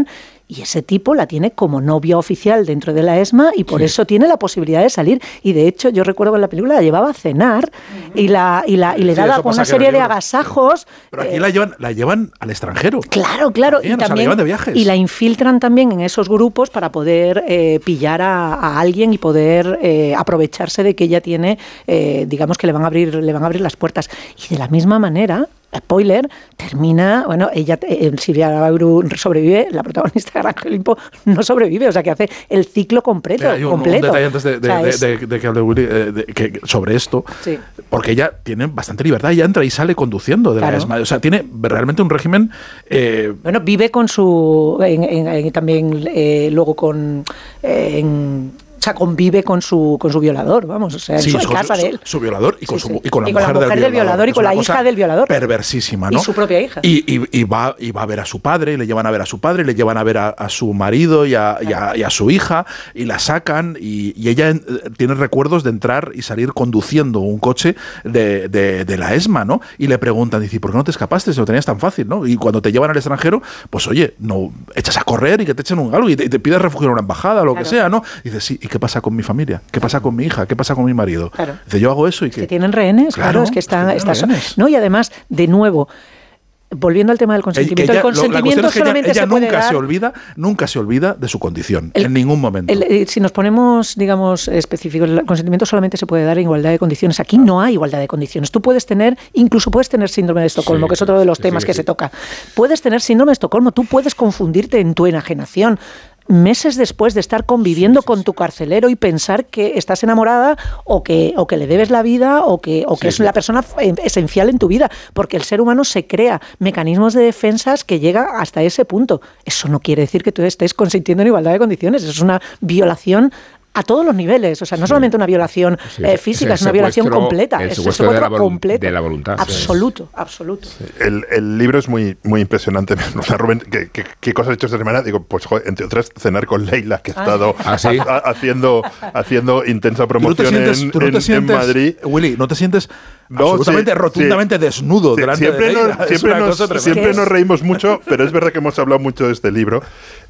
y ese tipo la tiene como novia oficial dentro de la ESMA y por Sí. eso tiene la posibilidad de salir. Y de hecho, yo recuerdo que en la película la llevaba a cenar y, la, y, la, y le Sí, daba eso con pasa una que serie la de llevan- agasajos. Pero aquí eh, la llevan, la llevan al extranjero. Claro, claro. También, o y sea, la también llevan de viajes. y la infiltran también en esos grupos para poder eh, pillar a, a alguien y poder eh, aprovecharse de que ella tiene, eh, digamos que le van a abrir, le van a abrir las puertas. Y de la misma manera, spoiler, termina, bueno, ella, eh, Silvia Bairu sobrevive, la protagonista de Granja Olimpo no sobrevive, o sea que hace el ciclo completo. Mira, hay un, un completo. detalle antes de, de- O sea, de- es- de- de que hable Willy eh, de- que- sobre esto, Sí. porque ella tiene bastante libertad, ella entra y sale conduciendo de Claro. la ESMA, o sea, tiene realmente un régimen... eh, Bueno, vive con su. En, en- en- también eh, luego con. eh, en- o sea, convive con su, con su violador, vamos, o sea, en sí, su su, casa su- de él. su violador y con, Sí, su, sí. y con la Y con la mujer, mujer del violador y Es con la una cosa hija del violador. Perversísima, Y ¿no? su propia hija. Y, y- y va, y va a ver a su padre, le llevan a ver a su padre, le llevan a ver a, a su marido y a, y a- y a su hija, y la sacan, y, y ella eh, tiene recuerdos de entrar y salir conduciendo un coche de, de- de la ESMA, ¿no? Y le preguntan, dice, ¿por qué no te escapaste si lo tenías tan fácil, ¿no? Y cuando te llevan al extranjero, pues oye, no echas a correr y que te echen un galgo y te, y te pides refugio en una embajada o lo Claro. que sea, ¿no? Y dices, sí, ¿y qué pasa con mi familia? ¿Qué pasa con mi hija? ¿Qué pasa con mi marido? Claro. Dice, yo hago eso y Que que... tienen rehenes, claro, Claro, es que están. es que tienen está- rehenes. no, y además, de nuevo, volviendo al tema del Que consentimiento, ella- el lo- la cuestión consentimiento es que ella- solamente ella, se puede nunca dar. se olvida, nunca se olvida de su condición, El- en ningún momento. El- eh, si nos ponemos, digamos, específicos, el consentimiento solamente se puede dar en igualdad de condiciones. Aquí no hay igualdad de condiciones. Tú puedes tener, incluso puedes tener síndrome de Estocolmo, Sí, que es otro de los sí, temas sí, que sí. se toca. Puedes tener síndrome de Estocolmo, tú puedes confundirte en tu enajenación. Meses después de estar conviviendo con tu carcelero y pensar que estás enamorada o que, o que le debes la vida o que, o que Sí, es sí. la persona f- esencial en tu vida, porque el ser humano se crea mecanismos de defensas que llegan hasta ese punto. Eso no quiere decir que tú estés consintiendo en igualdad de condiciones, eso es una violación a todos los niveles, o sea, no solamente una violación Sí, eh, es física, el es una violación secuestro- completa, el es un secuestro de la secuestro volu- completo, de la voluntad, sí. absoluto, absoluto. El, el libro es muy, muy impresionante. O sea, Rubén, ¿qué, qué, qué cosas has hecho esta semana? Digo, pues, joder, entre otras, cenar con Leila, que ha Ah, estado ¿Ah, sí? ha- haciendo, haciendo intensa Tú no te promoción sientes, en, tú no te en- en sientes, Madrid. Willy, no te sientes No, absolutamente, sí, rotundamente sí. desnudo Sí, delante siempre de nos, Leila. Es siempre una nos- cosa tremenda. siempre ¿Qué es? nos reímos mucho, pero es verdad que hemos hablado mucho de este libro.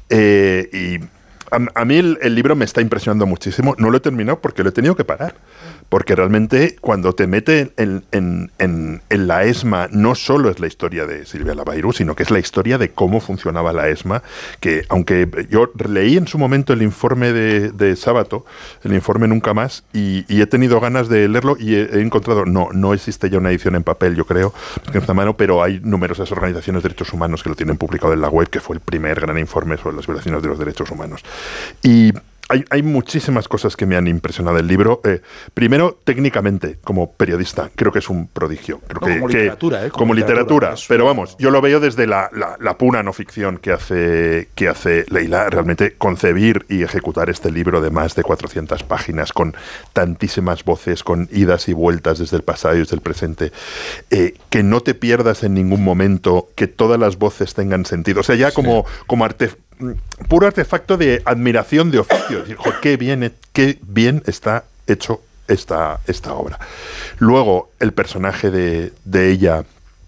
eh, y a, a mí el, el libro me está impresionando muchísimo. No lo he terminado porque lo he tenido que parar. Porque realmente cuando te mete en, en, en, en la ESMA, no solo es la historia de Silvia Bairu, sino que es la historia de cómo funcionaba la ESMA, que aunque yo leí en su momento el informe de, de Sábato, el informe Nunca Más, y, y he tenido ganas de leerlo y he, he encontrado, no, no existe ya una edición en papel, yo creo, en esta mano, pero hay numerosas organizaciones de derechos humanos que lo tienen publicado en la web, que fue el primer gran informe sobre las violaciones de los derechos humanos. Y Hay, hay muchísimas cosas que me han impresionado del libro. Eh, primero, técnicamente, como periodista, creo que es un prodigio. Creo No, que, como que- literatura, ¿eh? Como Como literatura, literatura. es Pero una- vamos, yo lo veo desde la, la, la pura no ficción que hace, que hace Leila. Realmente concebir y ejecutar este libro de más de cuatrocientas páginas, con tantísimas voces, con idas y vueltas desde el pasado y desde el presente. Eh, que no te pierdas en ningún momento, que todas las voces tengan sentido. O sea, ya como, como arte, puro artefacto de admiración de oficio. Decir, "Jo, qué bien, qué bien está hecho esta, esta obra". Luego, el personaje de, de ella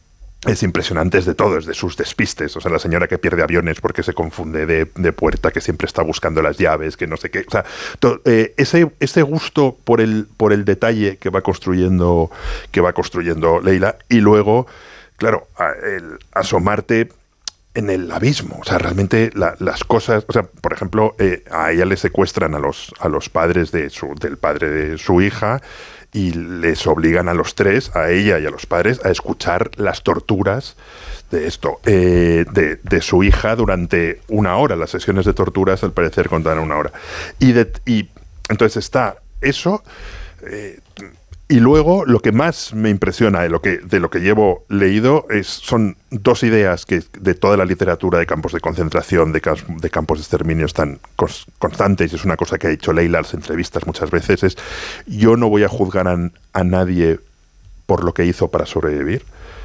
es impresionante, es de todo, es de sus despistes. O sea, la señora que pierde aviones porque se confunde de, de puerta, que siempre está buscando las llaves, que no sé qué. O sea, to- eh, ese, ese gusto por el, por el detalle que va construyendo, que va construyendo Leila. Y luego, claro, a- el asomarte en el abismo. O sea, realmente la- las cosas... O sea, por ejemplo, eh, a ella le secuestran a los, a los padres de su, del padre de su hija y les obligan a los tres, a ella y a los padres, a escuchar las torturas de esto, eh, de, de su hija durante una hora. Las sesiones de torturas, al parecer, contaban una hora. Y, de, y entonces está eso... eh, y luego lo que más me impresiona de lo que, de lo que llevo leído es, son dos ideas que de toda la literatura de campos de concentración, de, cas- de campos de exterminio están cons- constantes, y es una cosa que ha dicho Leila en las entrevistas muchas veces, es: yo no voy a juzgar a, a nadie por lo que hizo para sobrevivir,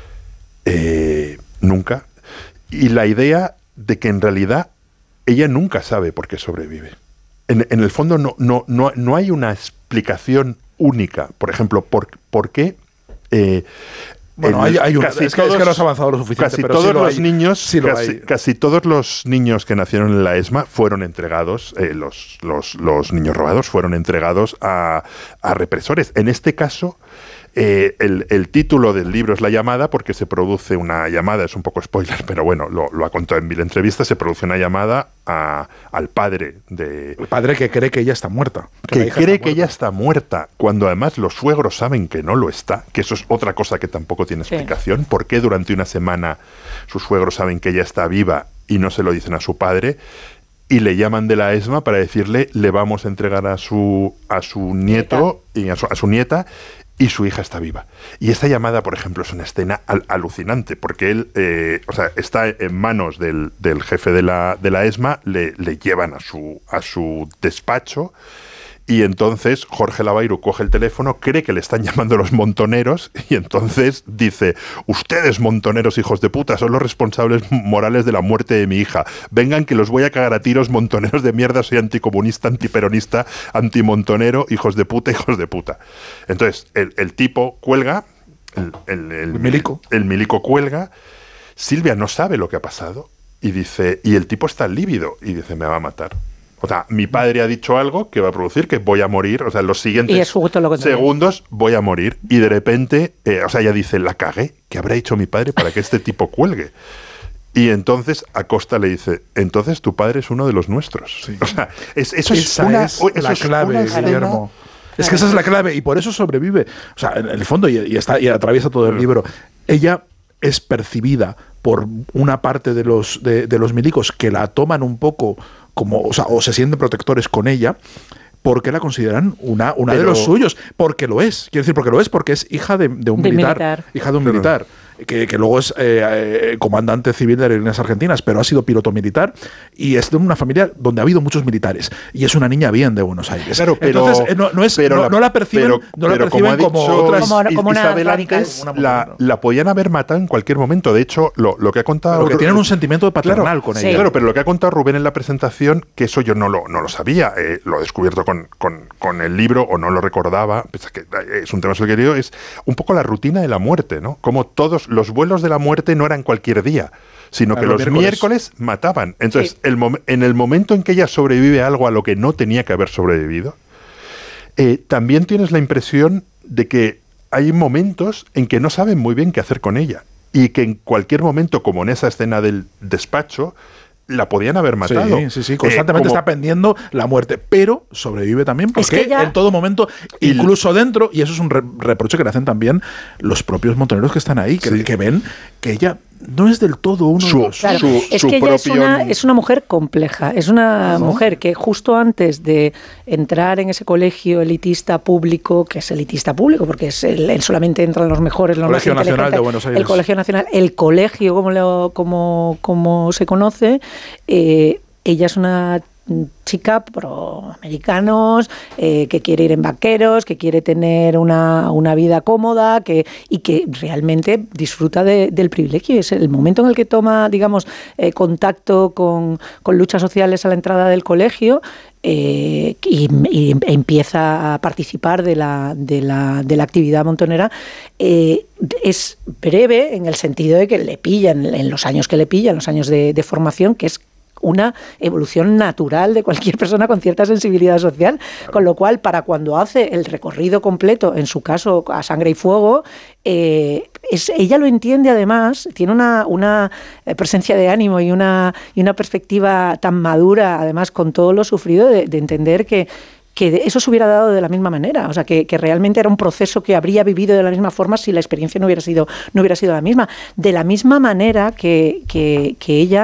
eh, nunca. Y la idea de que en realidad ella nunca sabe por qué sobrevive. En, en el fondo no, no, no, no hay una explicación única. Por ejemplo, ¿por, por qué? Eh, Bueno, el, hay, hay un, casi es, que, todos, es que no has avanzado lo suficiente. Casi pero todos sí lo los hay, niños, sí lo casi, hay. casi todos los niños que nacieron en la ESMA fueron entregados, eh, los, los, los niños robados fueron entregados a, a represores. En este caso, eh, el, el título del libro es La llamada, porque se produce una llamada, es un poco spoiler, pero bueno, lo, lo ha contado en mil entrevistas, se produce una llamada a, al padre de... El padre que cree que ella está muerta. Que, que cree que ella está muerta, cuando además los suegros saben que no lo está, que eso es otra cosa que tampoco tiene explicación. Sí. ¿Por qué durante una semana sus suegros saben que ella está viva y no se lo dicen a su padre? Y le llaman de la ESMA para decirle, le vamos a entregar a su, a su nieto y a su, a su nieta, y su hija está viva. Y esta llamada, por ejemplo, es una escena al, alucinante, porque él eh, o sea, está en manos del, del jefe de la, de la ESMA, le, le llevan a su, a su despacho, y entonces Jorge Lavairu coge el teléfono, cree que le están llamando los montoneros, y entonces dice, ustedes, montoneros hijos de puta, son los responsables morales de la muerte de mi hija. Vengan que los voy a cagar a tiros, montoneros de mierda, soy anticomunista, antiperonista, antimontonero, hijos de puta, hijos de puta. Entonces, el, el tipo cuelga, el, el, el, el milico. El milico cuelga, Silvia no sabe lo que ha pasado, y dice, y el tipo está lívido, y dice, me va a matar. O sea, mi padre ha dicho algo que va a producir que voy a morir, o sea, en los siguientes lo segundos voy a morir. Y de repente, eh, o sea, ella dice, la cagué, ¿qué habrá hecho mi padre para que este tipo cuelgue? Y entonces Acosta le dice, entonces tu padre es uno de los nuestros. Sí. O sea, es, eso esa es, una, es eso la es clave, una Guillermo. Es que esa es la clave y por eso sobrevive. O sea, en el fondo, y, y, está, y atraviesa todo el libro, ella es percibida por una parte de los, de, de los milicos que la toman un poco como, o sea, o se sienten protectores con ella, porque la consideran una, una de los suyos, porque lo es, quiero decir, porque lo es, porque es hija de, de un de militar, militar, hija de un pero, militar, que, que luego es eh, eh, comandante civil de aerolíneas argentinas, pero ha sido piloto militar y es de una familia donde ha habido muchos militares y es una niña bien de Buenos Aires. Claro, pero, entonces eh, no, no, es, pero no, la, no la perciben, pero, no la pero perciben como, como dicho, otras, como, como una Isabel radical. antes, la, la podían haber matado en cualquier momento. De hecho, lo, lo que ha contado... Porque tienen un sentimiento de paternal claro, con sí. ella. Claro, pero lo que ha contado Rubén en la presentación, que eso yo no lo, no lo sabía, eh, lo he descubierto con, con, con el libro o no lo recordaba, pese que es un tema sobre el que digo, es un poco la rutina de la muerte, ¿no? Como todos los vuelos de la muerte no eran cualquier día, sino que los miércoles. miércoles mataban. Entonces, sí. el mom- en el momento en que ella sobrevive a algo a lo que no tenía que haber sobrevivido, eh, también tienes la impresión de que hay momentos en que no saben muy bien qué hacer con ella y que en cualquier momento, como en esa escena del despacho, la podían haber matado. Sí, sí, sí, constantemente eh, como... está pendiendo la muerte, pero sobrevive también porque es que ella... en todo momento, incluso y... dentro, y eso es un re- reproche que le hacen también los propios montoneros que están ahí, que, sí. que ven que ella no es del todo uno su, de los... Claro, su, es su que ella propio... es una, es una mujer compleja, es una ¿no? mujer que justo antes de entrar en ese colegio elitista público, que es elitista público, porque es el, él solamente entran los mejores, los Colegio más Nacional de Buenos Aires. El Colegio Nacional, el colegio como, lo, como, como se conoce, eh, ella es una chica pro-americanos, eh, que quiere ir en vaqueros, que quiere tener una, una vida cómoda que, y que realmente disfruta de, del privilegio. Es el momento en el que toma, digamos, eh, contacto con, con luchas sociales a la entrada del colegio eh, y, y empieza a participar de la, de la, de la actividad montonera. Eh, es breve en el sentido de que le pillan, en los años que le pillan, los años de, de formación, que es una evolución natural de cualquier persona con cierta sensibilidad social, con lo cual para cuando hace el recorrido completo, en su caso a sangre y fuego, eh, es, ella lo entiende además, tiene una, una presencia de ánimo y una, y una perspectiva tan madura, además con todo lo sufrido, de, de entender que que eso se hubiera dado de la misma manera, o sea, que, que realmente era un proceso que habría vivido de la misma forma si la experiencia no hubiera sido, no hubiera sido la misma. De la misma manera que, que, que ella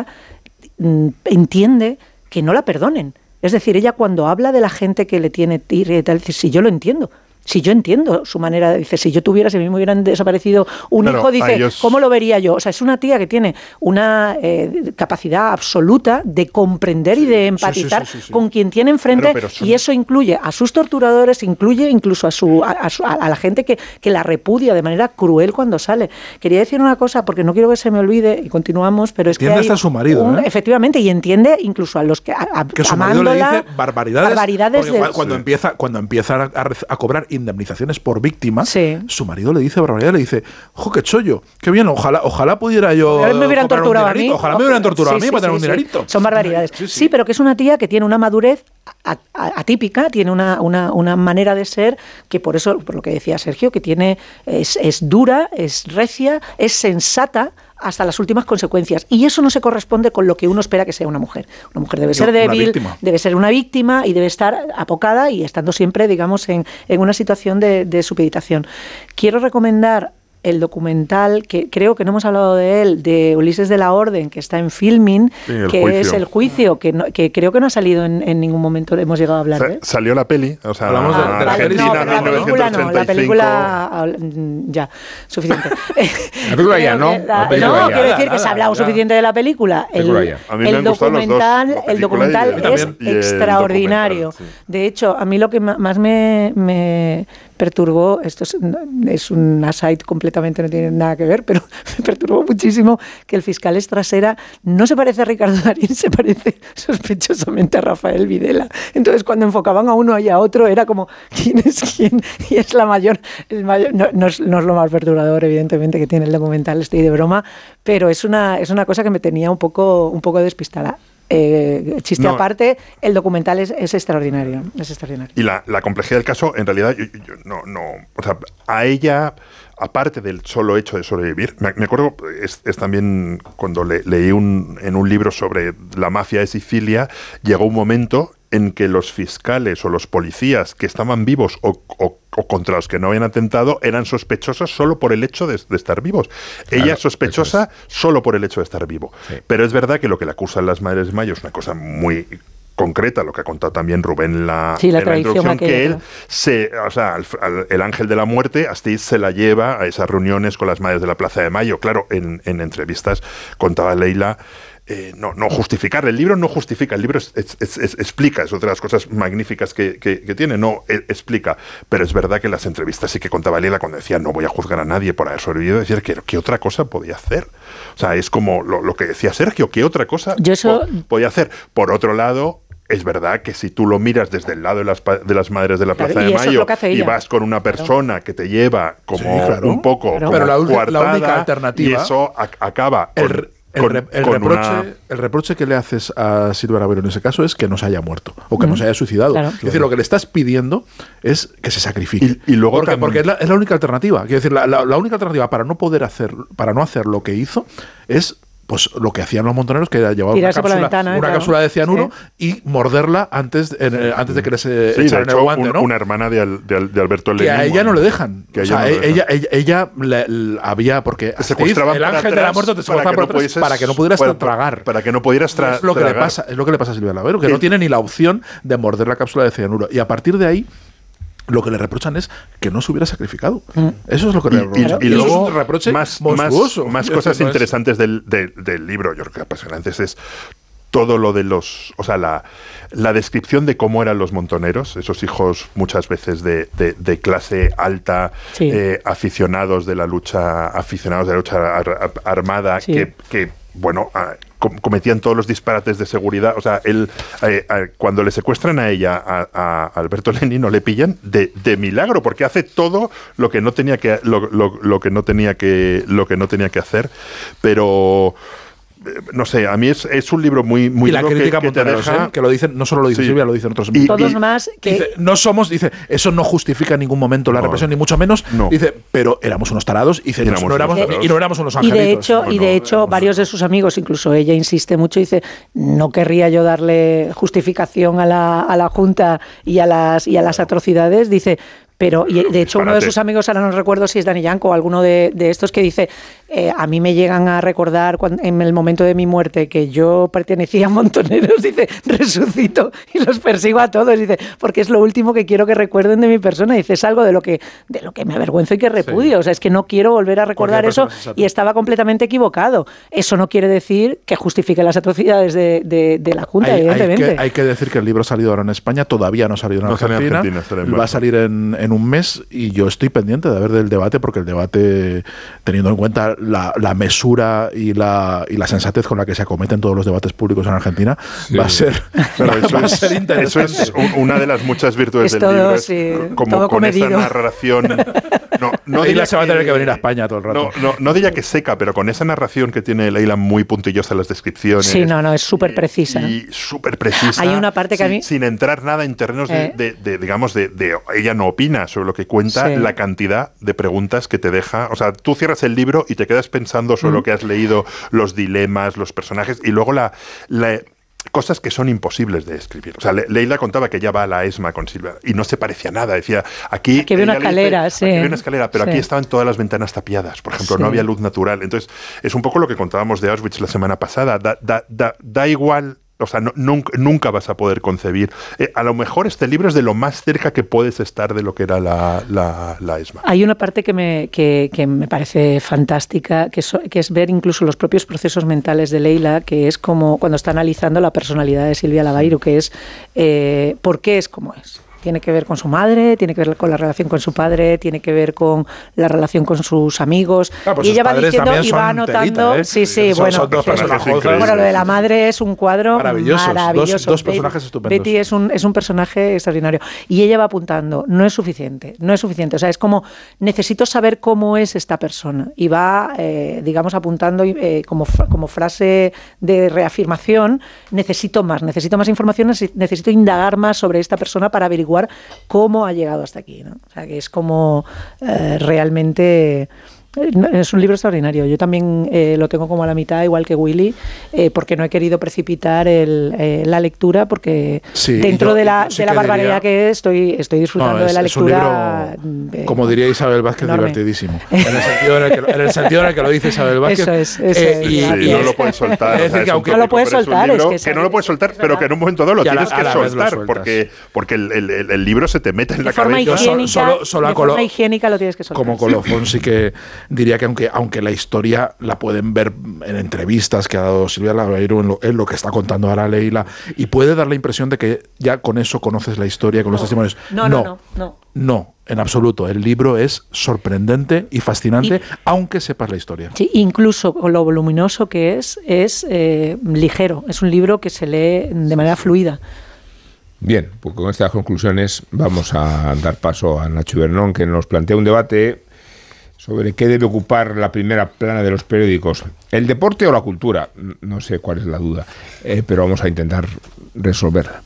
entiende que no la perdonen. Es decir, ella cuando habla de la gente que le tiene tirria y tal, dice, si yo lo entiendo, si yo entiendo su manera de, dice, si yo tuviera, si a mí me hubieran desaparecido un claro, hijo, dice, ellos... ¿cómo lo vería yo? O sea, es una tía que tiene una eh, capacidad absoluta de comprender sí, y de empatizar sí, sí, sí, sí, sí. con quien tiene enfrente, claro, son... y eso incluye a sus torturadores, incluye incluso a su a, a, su, a la gente que, que la repudia de manera cruel cuando sale. Quería decir una cosa, porque no quiero que se me olvide, y continuamos, pero es entiende que hay hasta su marido, un, ¿eh? Efectivamente, y entiende incluso a los que, a, a, que su amándola, marido le dice barbaridades, barbaridades de... cuando, sí. empieza, cuando empieza a, a cobrar, indemnizaciones por víctima, sí. su marido le dice barbaridad, le dice, ¡jo, qué chollo! ¡Qué bien! Ojalá, ojalá pudiera yo... Ojalá me hubieran torturado a mí. Ojalá me hubieran torturado sí, a mí sí, para tener sí, un sí. dinerito. Son barbaridades. Sí, sí. sí, pero que es una tía que tiene una madurez atípica, tiene una, una, una manera de ser que por eso, por lo que decía Sergio, que tiene es, es dura, es recia, es sensata hasta las últimas consecuencias. Y eso no se corresponde con lo que uno espera que sea una mujer. Una mujer debe ser débil, debe ser una víctima y debe estar apocada y estando siempre, digamos, en, en una situación de, de supeditación. Quiero recomendar el documental, que creo que no hemos hablado de él, de Ulises de la Orden, que está en Filmin, sí, que juicio. es El Juicio, que, no, que creo que no ha salido en, en ningún momento, hemos llegado a hablar Sa de él. Salió la peli, o sea, hablamos la, de, de la Argentina, no, pero la película no, la película ya, suficiente. La película ya, ¿no? La, película no, ya, quiero decir nada, que se ha hablado nada, suficiente de la película. El, a mí me el han gustado los dos, documental, la el documental y es y extraordinario. Sí. De hecho, a mí lo que más me, me perturbó, esto es, es un aside completamente, no tiene nada que ver, pero me perturbó muchísimo que el fiscal Estrasera no se parece a Ricardo Darín, se parece sospechosamente a Rafael Videla. Entonces, cuando enfocaban a uno y a otro, era como, ¿quién es quién? Y es la mayor... El mayor no, no, es, no es lo más perturbador, evidentemente, que tiene el documental, estoy de broma, pero es una, es una cosa que me tenía un poco, un poco despistada. Eh, chiste no. aparte, el documental es, es extraordinario, es extraordinario. Y la, la complejidad del caso, en realidad, yo, yo, no, no, o sea, a ella, aparte del solo hecho de sobrevivir, me, me acuerdo, es, es también cuando le, leí un, en un libro sobre la mafia de Sicilia, llegó un momento en que los fiscales o los policías que estaban vivos o, o, o contra los que no habían atentado eran sospechosos solo por el hecho de, de estar vivos. Claro, ella es sospechosa es. solo por el hecho de estar vivo. Sí. Pero es verdad que lo que le acusan las Madres de Mayo es una cosa muy concreta, lo que ha contado también Rubén en la, sí, la, en la introducción, que él ¿no? se, o sea, al, al, el ángel de la muerte, Astiz se la lleva a esas reuniones con las Madres de la Plaza de Mayo. Claro, en, en entrevistas contaba Leila. Eh, no, no justificar, el libro no justifica, el libro es, es, es, es, explica, es otra de las cosas magníficas que, que, que tiene, no es, explica, pero es verdad que en las entrevistas sí que contaba Leila cuando decía no voy a juzgar a nadie por haber sobrevivido, decir que qué otra cosa podía hacer, o sea, es como lo, lo que decía Sergio, qué otra cosa Yo eso... po podía hacer. Por otro lado, es verdad que si tú lo miras desde el lado de las, de las Madres de la Plaza claro, de Mayo es y vas con una persona claro. que te lleva como sí, claro, un poco claro. como pero la, coartada, la única alternativa y eso a, acaba el, con, el, con, el, con reproche, una... el reproche que le haces a Silvia Ravero en ese caso es que no se haya muerto o que mm. no se haya suicidado. Claro. Es decir, lo que le estás pidiendo es que se sacrifique. Y, y luego porque, también... porque es, la, es la única alternativa. Quiero decir, la, la, la única alternativa para no poder hacer, para no hacer lo que hizo es pues lo que hacían los montoneros, que era llevar una cápsula, ventana, una claro. cápsula de cianuro sí. y morderla antes, eh, antes de que les eh, sí, echaran el guante, un, ¿no? Una hermana de, de, de Alberto Lenin. Que a ella no le dejan. Que o sea, no ella, ella, ella le, le, había... Porque te secuestraban el ángel atrás, de la muerte te secuestraba para, por atrás para que no pudieras para, tragar. Para que no pudieras tra es lo que tragar. Le pasa, es lo que le pasa a Silvia Lavero, que ¿Qué? no tiene ni la opción de morder la cápsula de cianuro. Y a partir de ahí... lo que le reprochan es que no se hubiera sacrificado. Mm. Eso es lo que le reprochan. Y, y, y luego, es un reproche más, monstruoso. Más, más cosas no interesantes del, del, del libro, yo creo que apasionantes, es todo lo de los... O sea, la, la descripción de cómo eran los montoneros, esos hijos muchas veces de, de, de clase alta, sí. eh, aficionados de la lucha, aficionados de la lucha ar, armada, sí. que, que, bueno... cometían todos los disparates de seguridad. O sea, él eh, eh, cuando le secuestran a ella, a, a Alberto Lenin, no le pillan de, de milagro, porque hace todo lo que no tenía que lo, lo, lo que no tenía que lo que no tenía que hacer. Pero no sé, a mí es, es un libro muy muy y la crítica que, que te deja ¿eh? que lo dicen, no solo lo dice sí. Silvia, lo dicen otros. Y, todos y, más que dice, no somos, dice, eso no justifica en ningún momento la no, represión, ni mucho menos. No. Dice, pero éramos unos tarados y, dice, y, no éramos, tarados. y no éramos unos angelitos. Y de hecho, no, y de hecho no, varios de sus amigos, incluso ella insiste mucho, dice, no querría yo darle justificación a la, a la Junta y a las y a las atrocidades, dice. Pero, y de hecho, uno de sus amigos, ahora no recuerdo si es Dani Yanko o alguno de, de estos, que dice, eh, a mí me llegan a recordar cuando, en el momento de mi muerte que yo pertenecía a montoneros, dice, resucito y los persigo a todos, dice, porque es lo último que quiero que recuerden de mi persona, dice, es algo de lo que de lo que me avergüenzo y que repudio, sí. O sea, es que no quiero volver a recordar eso y estaba completamente equivocado. Eso no quiere decir que justifique las atrocidades de, de, de la Junta, hay, evidentemente. Hay que, hay que decir que el libro ha salido ahora en España, todavía no ha salido en no Argentina, en Argentina va a salir en, en un mes y yo estoy pendiente de ver del debate porque el debate, teniendo en cuenta la, la mesura y la, y la sensatez con la que se acometen todos los debates públicos en Argentina, sí. va a ser, Pero va, eso va a es, ser interesante. Eso es una de las muchas virtudes es del todo, libro, es sí, como con esa narración. No, no Leila se va a tener que venir a España todo el rato. No, no, no diría que seca, pero con esa narración que tiene Leila muy puntillosa en las descripciones. Sí, no, no, es súper precisa. Y, y súper precisa. Hay una parte que sin, a mí... Sin entrar nada en terrenos eh. de, de, de, digamos, de, de... Ella no opina sobre lo que cuenta, sí. la cantidad de preguntas que te deja. O sea, tú cierras el libro y te quedas pensando sobre mm. lo que has leído, los dilemas, los personajes, y luego la... la cosas que son imposibles de escribir. O sea, Le Leila contaba que ella va a la ESMA con Silvia y no se parecía nada. Decía, aquí... Aquí había una escalera, dice, sí. Aquí había una escalera, pero sí. aquí estaban todas las ventanas tapiadas. Por ejemplo, sí. no había luz natural. Entonces, es un poco lo que contábamos de Auschwitz la semana pasada. Da, da, da, da igual... O sea, no, nunca, nunca vas a poder concebir. Eh, a lo mejor este libro es de lo más cerca que puedes estar de lo que era la, la, la ESMA. Hay una parte que me, que, que me parece fantástica, que, so, que es ver incluso los propios procesos mentales de Leila, que es como cuando está analizando la personalidad de Silvia Lavairo, que es eh, por qué es como es. Tiene que ver con su madre, tiene que ver con la relación con su padre, tiene que ver con la relación con sus amigos. Ah, pues y ella va diciendo y va anotando. Telita, ¿eh? Sí, sí, son, bueno. Son dos personajes. Bueno, lo de la madre es un cuadro maravilloso. maravilloso. Dos, dos personajes estupendos. Betty es un, es un personaje extraordinario. Y ella va apuntando, no es suficiente, no es suficiente. O sea, es como, necesito saber cómo es esta persona. Y va, eh, digamos, apuntando eh, como, como frase de reafirmación, necesito más, necesito más información, necesito indagar más sobre esta persona para averiguar cómo ha llegado hasta aquí, ¿no? O sea, que es como eh, realmente... Es un libro extraordinario. Yo también eh, lo tengo como a la mitad, igual que Willy, eh, porque no he querido precipitar el, eh, la lectura, porque sí, dentro yo, de la, sí de la barbaridad diría, que es, estoy, estoy disfrutando no, es, de la lectura. Es un libro, eh, como diría Isabel Vázquez, enorme. Divertidísimo. En el, sentido en, el que, en el sentido en el que lo dice Isabel Vázquez. Eso es. Eso eh, es y, y no lo puedes soltar. Es decir, que aunque no lo puedes soltar. Libro, es que, que no lo puedes soltar, pero que en un momento dado lo tienes la, que soltar, porque, porque el, el, el, el libro se te mete en la cabeza. Solo, solo de forma higiénica lo tienes que soltar. Como Colofón sí que diría que aunque, aunque la historia la pueden ver en entrevistas que ha dado Silvia Lavairo en lo, en lo que está contando ahora Leila, y puede dar la impresión de que ya con eso conoces la historia, con no, los testimonios. No, no, no, no. No, en absoluto. El libro es sorprendente y fascinante, y, aunque sepas la historia. Sí, incluso con lo voluminoso que es, es eh, ligero. Es un libro que se lee de manera fluida. Bien, pues con estas conclusiones vamos a dar paso a Nacho Bernón, que nos plantea un debate sobre qué debe ocupar la primera plana de los periódicos, el deporte o la cultura. No sé cuál es la duda, eh, pero vamos a intentar resolverla.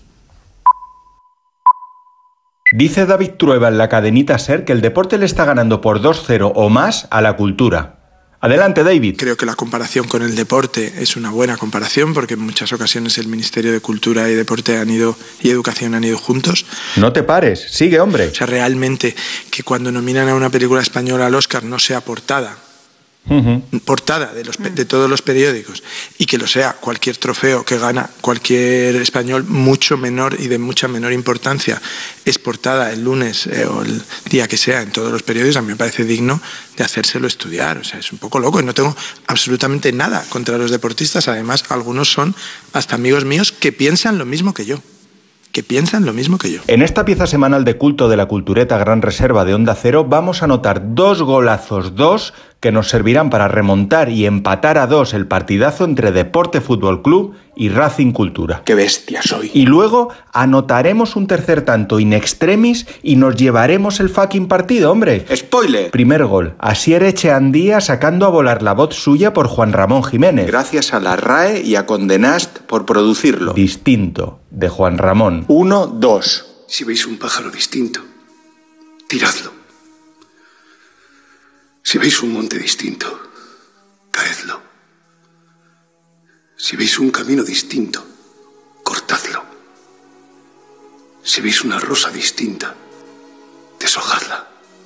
Dice David Trueba en la cadenita SER que el deporte le está ganando por dos cero o más a la cultura. Adelante, David. Creo que la comparación con el deporte es una buena comparación, porque en muchas ocasiones el Ministerio de Cultura y Deporte han ido, y Educación han ido juntos. No te pares, sigue, hombre. O sea, realmente que cuando nominan a una película española al Oscar no sea portada, uh-huh. portada de, los, de todos los periódicos, y que lo sea cualquier trofeo que gana cualquier español mucho menor y de mucha menor importancia, es portada el lunes eh, o el día que sea en todos los periódicos, a mí me parece digno de hacérselo estudiar. O sea, es un poco loco y no tengo absolutamente nada contra los deportistas. Además, algunos son hasta amigos míos que piensan lo mismo que yo. que piensan lo mismo que yo. En esta pieza semanal de culto de la Cultureta Gran Reserva de Onda Cero vamos a anotar dos golazos, dos que nos servirán para remontar y empatar a dos el partidazo entre Deporte Fútbol Club y Racing Cultura. ¡Qué bestia soy! Y luego anotaremos un tercer tanto in extremis y nos llevaremos el fucking partido, hombre. ¡Spoiler! Primer gol, Asier Echeandía sacando a volar la voz suya por Juan Ramón Jiménez. Gracias a la R A E y a Condenast por producirlo. Distinto, de Juan Ramón. Uno, dos. Si veis un pájaro distinto, tiradlo. Si veis un monte distinto, caedlo. Si veis un camino distinto, cortadlo. Si veis una rosa distinta, deshojadla.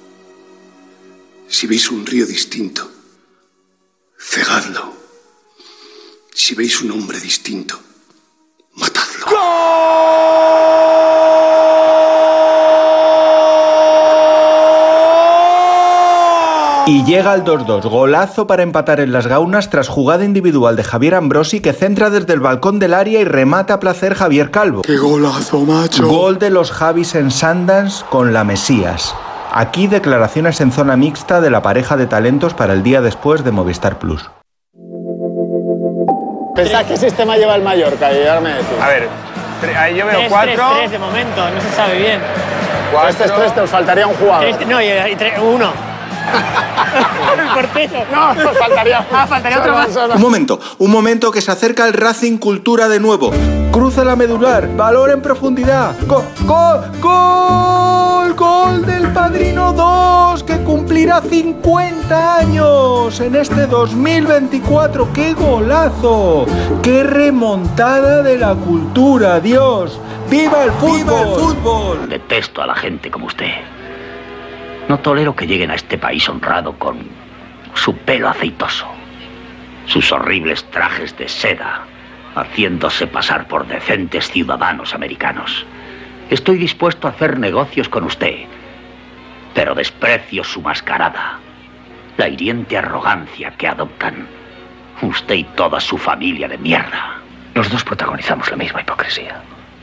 Si veis un río distinto, cegadlo. Si veis un hombre distinto, matadlo. Y llega el dos dos, golazo para empatar en las Gaunas tras jugada individual de Javier Ambrosi, que centra desde el balcón del área y remata a placer Javier Calvo. ¡Qué golazo, macho! Gol de los Javis en Sundance con la Mesías. Aquí declaraciones en zona mixta de la pareja de talentos para el día después de Movistar Plus. ¿Pensás qué sistema lleva el Mallorca? Ayudarme a decir. A ver, ahí yo veo tres, cuatro. tres, tres de momento, no se sabe bien. tres tres tres, te faltaría un jugador. Tres, no, y, y tres, uno. El portero. No, nos faltaría. Ah, faltaría otro más. Un momento, un momento que se acerca el Racing Cultura de nuevo. Cruza la medular, valor en profundidad. ¡Gol! ¡Gol! ¡Gol! ¡Gol del Padrino dos! Que cumplirá cincuenta años en este dos mil veinticuatro. ¡Qué golazo! ¡Qué remontada de la cultura, Dios! ¡Viva el fútbol! ¡Viva el fútbol! Detesto a la gente como usted. No tolero que lleguen a este país honrado con su pelo aceitoso, sus horribles trajes de seda, haciéndose pasar por decentes ciudadanos americanos. Estoy dispuesto a hacer negocios con usted, pero desprecio su mascarada, la hiriente arrogancia que adoptan usted y toda su familia de mierda. Los dos protagonizamos la misma hipocresía.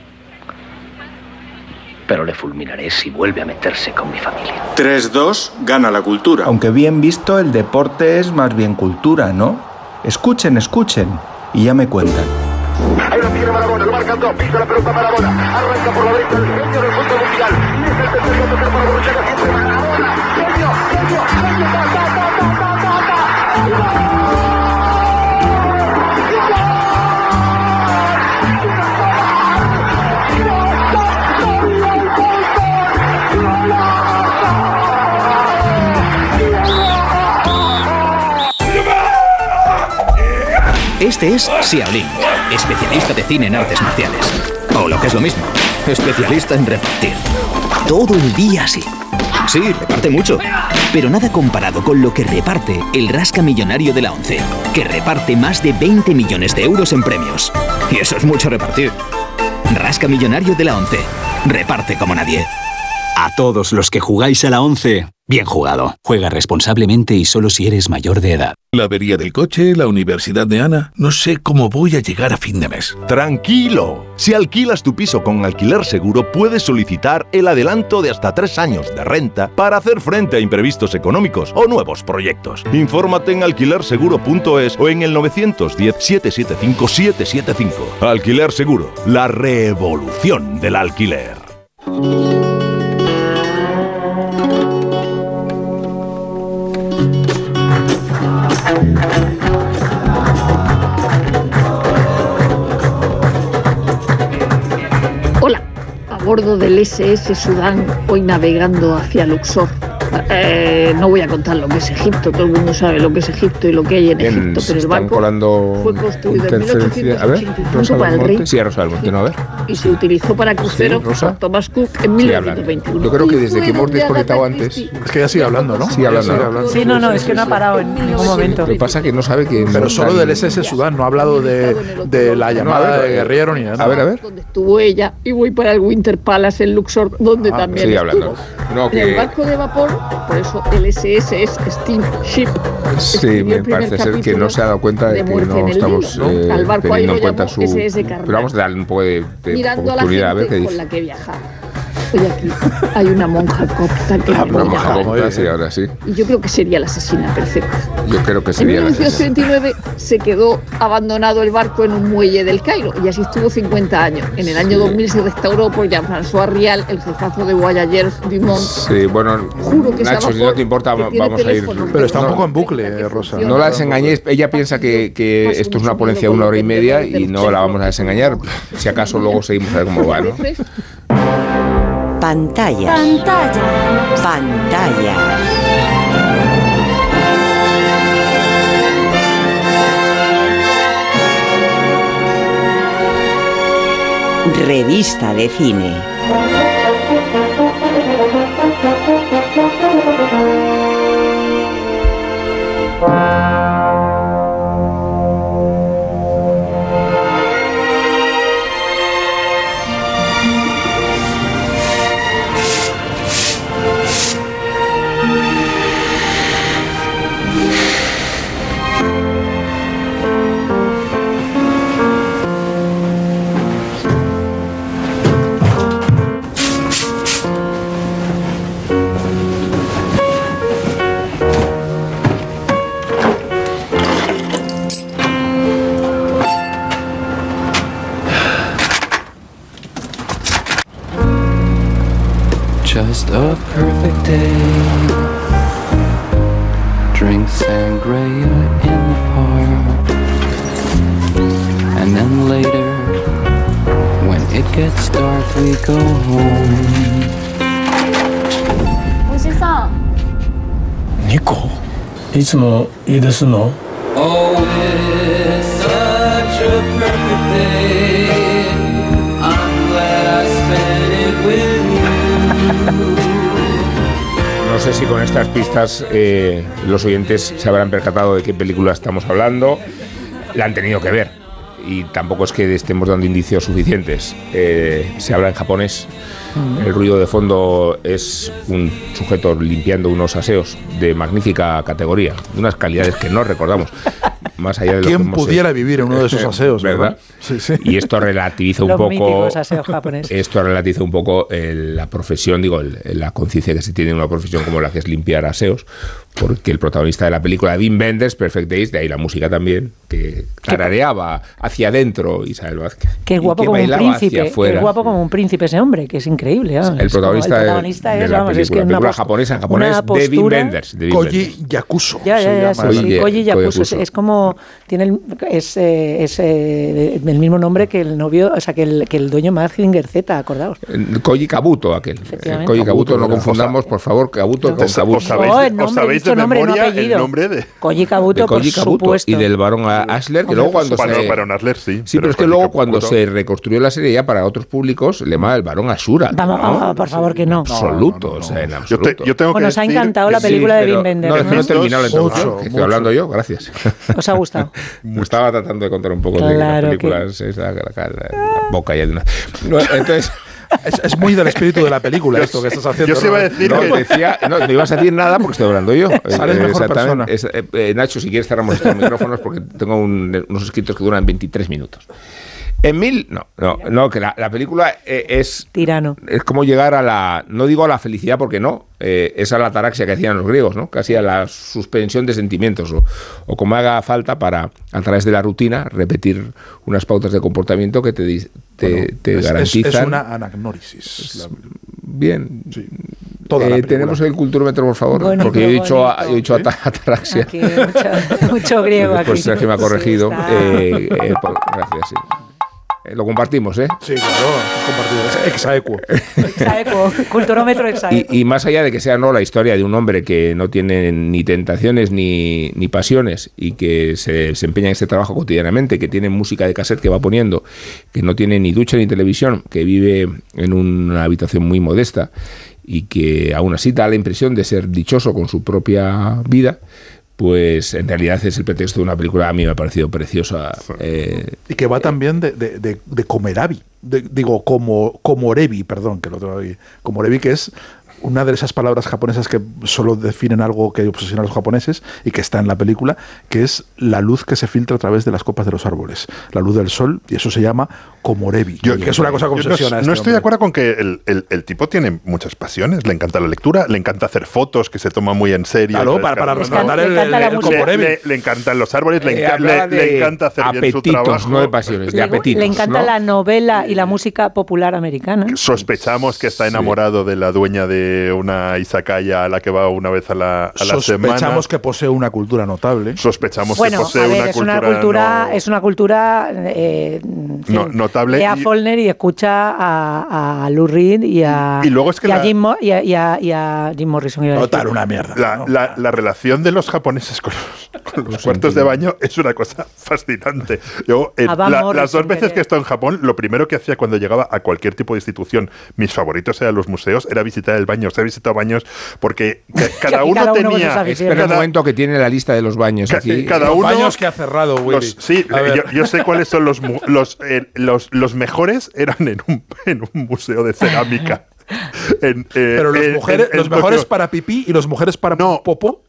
Pero le fulminaré si vuelve a meterse con mi familia. tres dos gana la cultura. Aunque bien visto, el deporte es más bien cultura, ¿no? Escuchen, escuchen, y ya me cuentan. Ahí lo tiene Marabona, lo marcan dos, pisa la pelota Marabona, arranca por la derecha el genio del fútbol mundial, y es el tercero a tocar para Borruchaga, siempre Marabona, genio, genio, genio, ta, ta, ta, ta, ta, ta, ta. Este es Xiaolin, especialista de cine en artes marciales. O lo que es lo mismo, especialista en repartir. Todo el día así. Sí, reparte mucho. Pero nada comparado con lo que reparte el Rasca Millonario de la ONCE, que reparte más de veinte millones de euros en premios. Y eso es mucho repartir. Rasca Millonario de la ONCE. Reparte como nadie. A todos los que jugáis a la ONCE, bien jugado. Juega responsablemente y solo si eres mayor de edad. La avería del coche, la universidad de Ana... No sé cómo voy a llegar a fin de mes. ¡Tranquilo! Si alquilas tu piso con Alquiler Seguro, puedes solicitar el adelanto de hasta tres años de renta para hacer frente a imprevistos económicos o nuevos proyectos. Infórmate en alquiler seguro punto es o en el nueve uno cero, siete siete cinco, siete siete cinco. Alquiler Seguro, la revolución del alquiler. Hola, a bordo del ese ese Sudán, hoy navegando hacia Luxor. Eh, no voy a contar lo que es Egipto, todo el mundo sabe lo que es Egipto y lo que hay en Bien, Egipto, pero el barco colando fue construido en mil ochocientos a ver, ochenta y cinco Rosa para el rey Sí, a Rosa del Monte, no, a ver. y se utilizó para cruceros Sí, Rosa. por Thomas Cook en mil novecientos veintiuno. Yo creo que desde que hemos desconectado antes... Es que ya sigue hablando, ¿no? Sigue hablando, Sigue ¿no? hablando. Sí, no, no, es que no ha parado en ningún momento. Lo que pasa es que no sabe que... Pero no solo sabe- del ese ese Sudán, no ha hablado de, de la llamada a ver, de guerrillero ni nada. A ver, a ver. Donde estuvo ella y voy para el Winter Palace en Luxor, donde Ah, también sigue estuvo. hablando. No, En el que... barco de vapor, por eso el ese ese es Steamship. Sí, Escribió me el primer parece ser que capítulo no se ha dado cuenta de de que Muerte en no el estamos Nilo, ¿no? eh, Al barco ahí teniendo lo en cuenta llamó su... ese ese Karnak. Pero vamos a darle un poco de, de Mirando a la oportunidad a ver gente qué con dice. la que viajaba. Oye, aquí hay una monja copta que Ah, me una voy a monja dejar. copta, sí, ahora sí. Y yo creo que sería la asesina perfecta. Yo creo que En sería la mil novecientos treinta y nueve se quedó abandonado el barco en un muelle del Cairo y así estuvo cincuenta años. En el año dos mil se restauró por Jean-François Rial, el jefazo de Voyageurs du Monde. Sí, bueno, Juro que ese Nacho, si no vapor te importa, que tiene vamos a ir... teléfono. Pero está un No, poco en bucle, Rosa. No la desengañéis, ella piensa que, que esto es una ponencia de una hora y media y no la vamos a desengañar. Si acaso luego seguimos a ver cómo va, ¿no? Pantallas. Pantallas. Pantallas. Revista de cine. a perfect day. Drink sangria in the park. And then later, when it gets dark, we go home. おじさん。 ニコ、いつもいいですの？ Oh, it's such a perfect day. I'm glad I spent it with you. No sé si con estas pistas eh, los oyentes se habrán percatado de qué película estamos hablando. La han tenido que ver. Y tampoco es que estemos dando indicios suficientes. Eh, se habla en japonés. El ruido de fondo es un sujeto limpiando unos aseos de magnífica categoría, de unas calidades que no recordamos. Más allá de lo ¿Quién que pudiera hecho. vivir en uno de esos aseos? ¿Verdad? Sí, sí. Y esto relativiza un Los poco. míticos aseos japoneses. Esto relativiza un poco el, la profesión, digo, el, la conciencia que se tiene en una profesión como la que es limpiar aseos, porque el protagonista de la película, Wim Wenders, Perfect Days, de ahí la música también, que tarareaba hacia adentro Isabel Vázquez. Que es guapo que como un príncipe. afuera. Que es guapo como un príncipe ese hombre, que es increíble. ¿no? El es protagonista, el protagonista de, es, de la vamos, película, es que una película post- japonesa en japonés una de Wim postura- Wenders. De Wim Koji Wenders. Yakuso. Ya, ya, ya, sí, Koji- sí. Koji Yakuso. Yakuso. Es, es como. Tiene el, es, eh, es eh, el mismo nombre que el novio, o sea, que el, que el dueño Mazinger Z, acordaos. Koji Kabuto, aquel. El Koji Kabuto, no confundamos, por favor, Kabuto con Os, Kabuto. os sabéis, No, el os nombre, sabéis dicho de nombre, no memoria el apellido. nombre de... Koji Kabuto, de Koji por Kabuto supuesto. y del barón Ashler, que luego cuando Barón, se... Barón Ashler, sí. Sí, pero, es que Koji luego Kabuto- cuando se reconstruyó la serie ya para otros públicos, le llamaba el barón Ashura. Vamos, ¿no? vamos, por favor, que no. Absoluto, o sea, en Yo, absoluto. te- yo tengo Bueno, que os ha decir encantado la que película de pero- Wim Wenders, No, es que no he ¿no? terminado la introducción, Mucho, que estoy mucho. hablando yo, gracias. ¿Os ha gustado? Me estaba tratando de contar un poco de Claro las que- películas, esa, la, la- la boca ya de una... No, entonces... Es, es muy del espíritu de la película Yo- esto que estás haciendo. yo sí iba a Robert. decir No, que- decía, no, no ibas a decir nada porque estoy hablando yo. Sales Eh, mejor exactamente. persona. Es, eh, eh, Nacho, si quieres cerramos estos micrófonos porque tengo un- unos escritos que duran veintitrés minutos. En mil, no, no, no, que la, la película eh, es... Tirano. Es como llegar a la... No digo a la felicidad porque no, eh, es a la ataraxia que hacían los griegos, ¿no? Casi a la suspensión de sentimientos o, o como haga falta para, a través de la rutina, repetir unas pautas de comportamiento que te, di- te, Bueno, te es, es- garantizan... Es una anagnórisis. Es la- Bien. Sí. Toda la Eh, película. tenemos el culturómetro, por favor, Bonito, porque yo he dicho, bonito. yo he dicho ata- ataraxia. Aquí, mucho, mucho griego aquí. Pues Sergio me ha Sí, corregido. está. Eh, eh, por- gracias, sí. Eh, lo compartimos, ¿eh? Sí, claro, compartido. Es exaequo. Exaequo, culturómetro exaequo. Y, y más allá de que sea no la historia de un hombre que no tiene ni tentaciones ni, ni pasiones y que se desempeña en este trabajo cotidianamente, que tiene música de cassette que va poniendo, que no tiene ni ducha ni televisión, que vive en una habitación muy modesta y que aún así da la impresión de ser dichoso con su propia vida, pues en realidad es el pretexto de una película a mí me ha parecido preciosa. Eh, Y que va también de, de, de, de Komerabi. De- digo, como Komorebi, perdón, que lo tengo aquí. Komorebi, que es una de esas palabras japonesas que solo definen algo que obsesiona a los japoneses y que está en la película, que es la luz que se filtra a través de las copas de los árboles. La luz del sol, y eso se llama Komorebi. Yo- que es una cosa que yo no, obsesiona a no este estoy de hombre. acuerdo con que el, el- el tipo tiene muchas pasiones. Le encanta la lectura, le encanta hacer fotos, que se toma muy en serio. Claro, Entonces, para- para claro, rescatar no, el- no, el- el le- Komorebi. Le, le encantan los árboles, le, Eh, enca- hablaba le- de le encanta hacer bien su apetitos, trabajo. no de pasiones, de Le, apetitos. le encanta ¿no? la novela y la música popular americana. Sospechamos que está enamorado de la dueña de una izakaya a la que va una vez a la, a la semana. Sospechamos que posee una cultura notable. Sospechamos Bueno, que posee a ver, una es cultura, una cultura, no- es una cultura eh, en fin, No- notable Lea y- Follner y escucha a, a Lou Reed y a, Y luego es que y a la- Jim, Mo- y a, y a- y a Jim Morrison. iba a decir. Total, una mierda. La, ¿no? la- la relación de los japoneses con los, con los cuartos de baño es una cosa fascinante. Yo, en A Van la- Morrison, las dos veces que- que he estado en Japón, lo primero que hacía cuando llegaba a cualquier tipo de institución, mis favoritos eran los museos, era visitar el baño. O sea, he visitado baños porque ca- cada Y uno cada uno con sus tenía... aficiones. Espera un cada- momento que tiene la lista de los baños ca- aquí. cada Los uno... baños que ha cerrado, Willy. Los- sí, A ver. yo, yo sé cuáles son los, mu- los, eh, los, los mejores, eran en un, en un museo de cerámica. En, eh, Pero los, en- mujeres, en- los en mejores Tokio. para pipí y los mujeres para No, popo.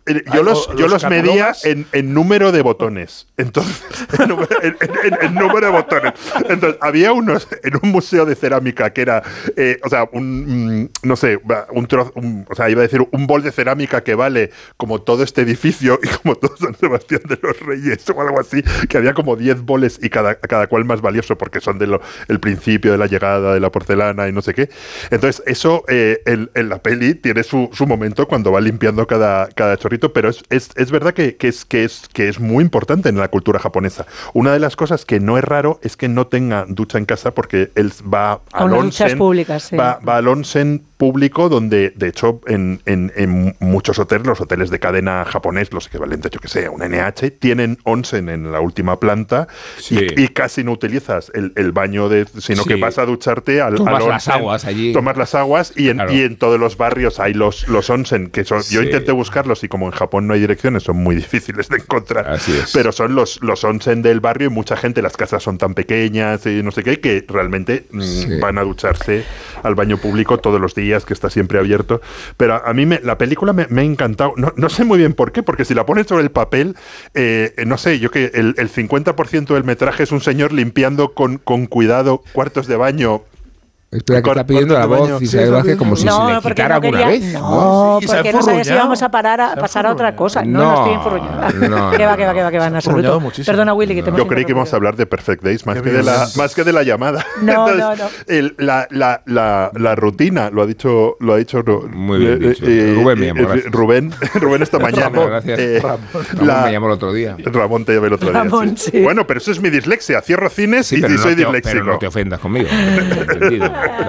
Yo los, yo los medía en, en número de botones. Entonces, en, número, en, en, en número de botones. Entonces, había unos en un museo de cerámica que era, eh, o sea, un, no sé, un trozo, un, o sea, iba a decir un bol de cerámica que vale como todo este edificio y como todo San Sebastián de los Reyes o algo así, que había como diez boles y cada, cada cual más valioso porque son del de principio de la llegada de la porcelana y no sé qué. Entonces, eso eh, en, en la peli tiene su, su momento cuando va limpiando cada, cada chorrito. Pero es, es, es verdad que, que, es, que, es, que es muy importante en la cultura japonesa. Una de las cosas que no es raro es que no tenga ducha en casa porque él va al onsen, públicas, sí. va, va al onsen público donde, de hecho, en, en, en muchos hoteles, los hoteles de cadena japonés, los equivalentes, yo que sé, un N H, tienen onsen en la última planta sí. y, y casi no utilizas el, el baño, de, sino sí. que vas a ducharte al, tomas al onsen. las aguas allí. Tomas las aguas y en, claro. y en todos los barrios hay los, los onsen, que son, sí. yo intenté buscarlos y como en Japón no hay direcciones, son muy difíciles de encontrar. Así es. Pero son los, los onsen del barrio y mucha gente, las casas son tan pequeñas y no sé qué, que realmente sí. mmm, van a ducharse al baño público todos los días, que está siempre abierto. Pero a, a mí me, la película me, me ha encantado. No, no sé muy bien por qué, porque si la pones sobre el papel, eh, no sé, yo que el, el cincuenta por ciento del metraje es un señor limpiando con, con cuidado cuartos de baño. Espera, que está pidiendo la voz y se hace como si no, se le quitara no alguna quería, vez. No, ¿Sí? porque no sabía si íbamos a parar a pasar a otra cosa. No, no, no estoy enfurruñada. No, que va, que va, que va, que va, en absoluto. Perdona, Willy, que te no. Yo creí que íbamos a hablar de Perfect Days más, que de, la, más que de la llamada. No, Entonces, no, no. El, la, la, la, la rutina, lo ha dicho, lo ha dicho muy bien dicho. Eh, Rubén me llamó. Eh, Rubén, Rubén esta mañana. Ramón, gracias. Eh, Ramón, Ramón la, me llamó el otro día. Ramón te llamó el otro día. Ramón, sí. sí. Bueno, pero eso es mi dislexia. Cierro cines sí, y, y soy no te, disléxico. Pero no te ofendas conmigo. Entendido.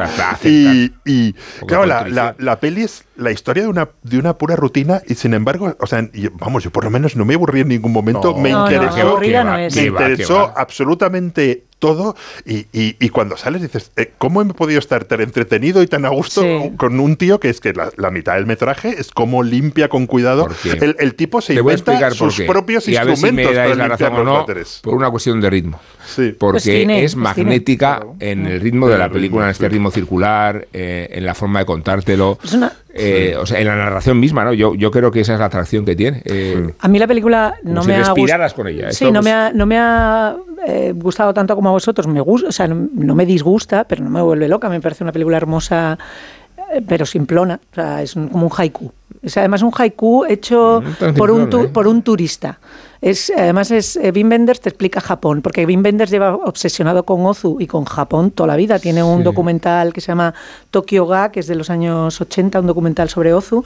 y, y claro, la, la, la peli es la historia de una, de una pura rutina y sin embargo, o sea, y, vamos, yo por lo menos no me aburrí en ningún momento. No, me no, interesó, no, me no es. interesó absolutamente todo y, y, y cuando sales dices, eh, ¿cómo he podido estar tan entretenido y tan a gusto sí. con un tío que es que la, la mitad del metraje es cómo limpia con cuidado? El, el tipo se Te inventa sus propios y instrumentos a ver si me dais para la razón o no, por una cuestión de ritmo. Sí. Porque pues tiene, es magnética pues en el ritmo de la película, en este ritmo circular, eh, en la forma de contártelo. Es una... Eh, sí. O sea, en la narración misma, ¿no? Yo, yo creo que esa es la atracción que tiene. Eh, a mí la película no como me si ha respiraras con ella. Sí, no me ha, no me ha eh, gustado tanto como a vosotros. Me gusta, o sea, no, no me disgusta, pero no me vuelve loca. Me parece una película hermosa, eh, pero simplona. O sea, es un, como un haiku. Es además un haiku hecho no, por, un tu, ¿eh? por un turista. Es, además, es eh, Wim Wenders te explica Japón, porque Wim Wenders lleva obsesionado con Ozu y con Japón toda la vida. Tiene un sí. documental que se llama Tokyo Ga, que es de los años ochenta, un documental sobre Ozu,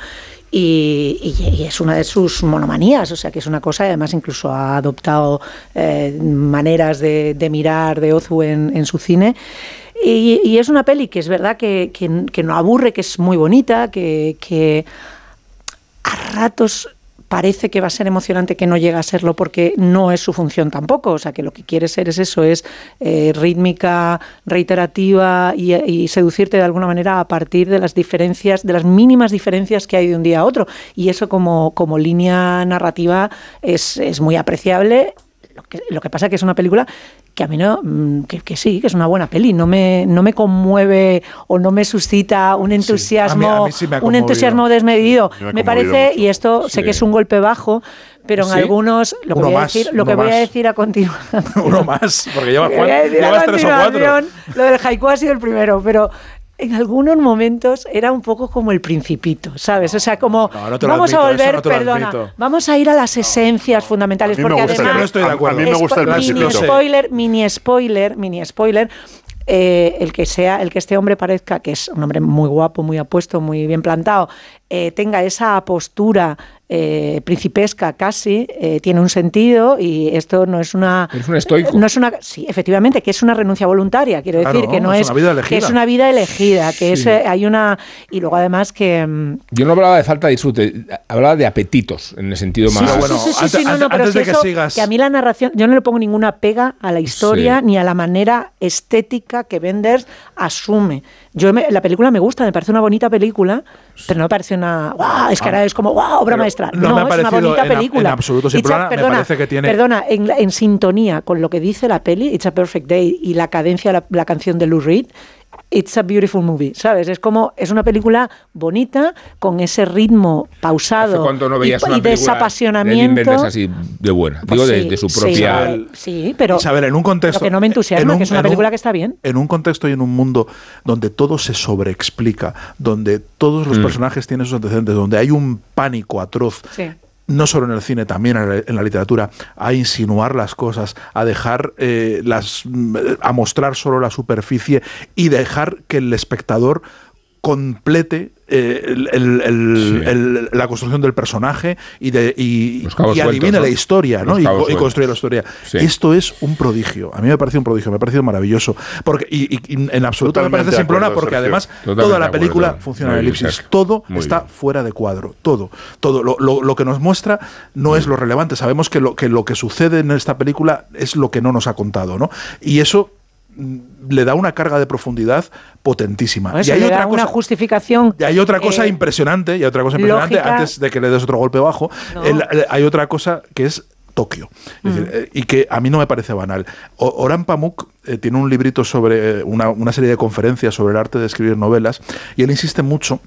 y, y, y es una de sus monomanías, o sea, que es una cosa, además incluso ha adoptado eh, maneras de, de mirar de Ozu en, en su cine. Y, y es una peli que es verdad que, que, que no aburre, que es muy bonita, que, que a ratos parece que va a ser emocionante, que no llega a serlo porque no es su función tampoco. O sea, que lo que quiere ser es eso, es eh, rítmica, reiterativa y, y seducirte de alguna manera a partir de las diferencias, de las mínimas diferencias que hay de un día a otro. Y eso como, como línea narrativa es, es muy apreciable. Lo que, lo que pasa es que es una película que a mí no, que, que sí, que es una buena peli, no me, no me conmueve o no me suscita un entusiasmo, sí, a mí, a mí sí me ha un entusiasmo desmedido. Me, me parece, mucho. Y esto sí. sé que es un golpe bajo, pero en ¿Sí? algunos, lo que, voy a, decir, lo que voy a decir a continuación. Uno más, porque lleva, llevas tres o cuatro. Lo del haiku ha sido el primero, pero en algunos momentos era un poco como el Principito, ¿sabes? O sea, como no, no vamos admito, a volver, no perdona, admito. vamos a ir a las esencias no. fundamentales, porque gusta, además no estoy de acuerdo. A mí me gusta el mini spoiler, mini spoiler, mini spoiler. Eh, el que sea, el que este hombre parezca que es un hombre muy guapo, muy apuesto, muy bien plantado, eh, tenga esa postura eh, principesca casi, eh, tiene un sentido, y esto no es una... Es un estoico. No es una, sí, efectivamente, que es una renuncia voluntaria, quiero claro, decir, que no es, es que es una vida elegida, que sí. es, hay una... Y luego además que... Yo no hablaba de falta de disfrute, hablaba de apetitos, en el sentido más... Sí, bueno, sí, sí, sí, antes, sí, no, no, pero antes si de que eso, sigas... Que a mí la narración, yo no le pongo ninguna pega a la historia, sí. ni a la manera estética que Wenders asume. Yo me, la película me gusta, me parece una bonita película, pero no me parece una... ¡Wow! Es que ahora es como ¡wow! Obra maestra. No, no me ha es una bonita en, película. En absoluto, simplona, perdona, me parece que tiene... Perdona, en, en sintonía con lo que dice la peli, It's a Perfect Day, y la cadencia, la, la canción de Lou Reed, it's a beautiful movie, ¿sabes? Es como, es una película bonita, con ese ritmo pausado cuando no veías y, una y desapasionamiento. De así de buena, digo, pues de, sí, de su propia... Sí, sí, pero, Isabel, en un contexto, pero que no me entusiasma, un, que es una película un, que está bien. En un contexto y en un mundo donde todo se sobreexplica, donde todos los mm. personajes tienen sus antecedentes, donde hay un pánico atroz, sí. no solo en el cine, también en la, en la literatura, a insinuar las cosas, a dejar eh, las, a mostrar solo la superficie y dejar que el espectador complete eh, el, el, el, sí. el, la construcción del personaje y, de, y, y adivine ¿no? la historia, ¿no? y, y construye la historia. Sí. Esto es un prodigio. A mí me parece un prodigio, me ha parecido maravilloso. Porque, y, y, y en absoluto Totalmente me parece simplona porque Sergio. además Totalmente toda la película acuerdo. funciona en elipsis. Exacto. Todo Muy está bien. fuera de cuadro. Todo. todo lo, lo, lo que nos muestra no Muy es lo relevante. Sabemos que lo, que lo que sucede en esta película es lo que no nos ha contado, ¿no? Y eso le da una carga de profundidad potentísima. No, y hay le otra da cosa, una justificación. Y hay otra cosa eh, impresionante, y hay otra cosa impresionante lógica. antes de que le des otro golpe bajo. No. El, el, hay otra cosa que es Tokio. Es mm. decir, eh, y que a mí no me parece banal. O, Orhan Pamuk eh, tiene un librito sobre eh, una, una serie de conferencias sobre el arte de escribir novelas, y él insiste mucho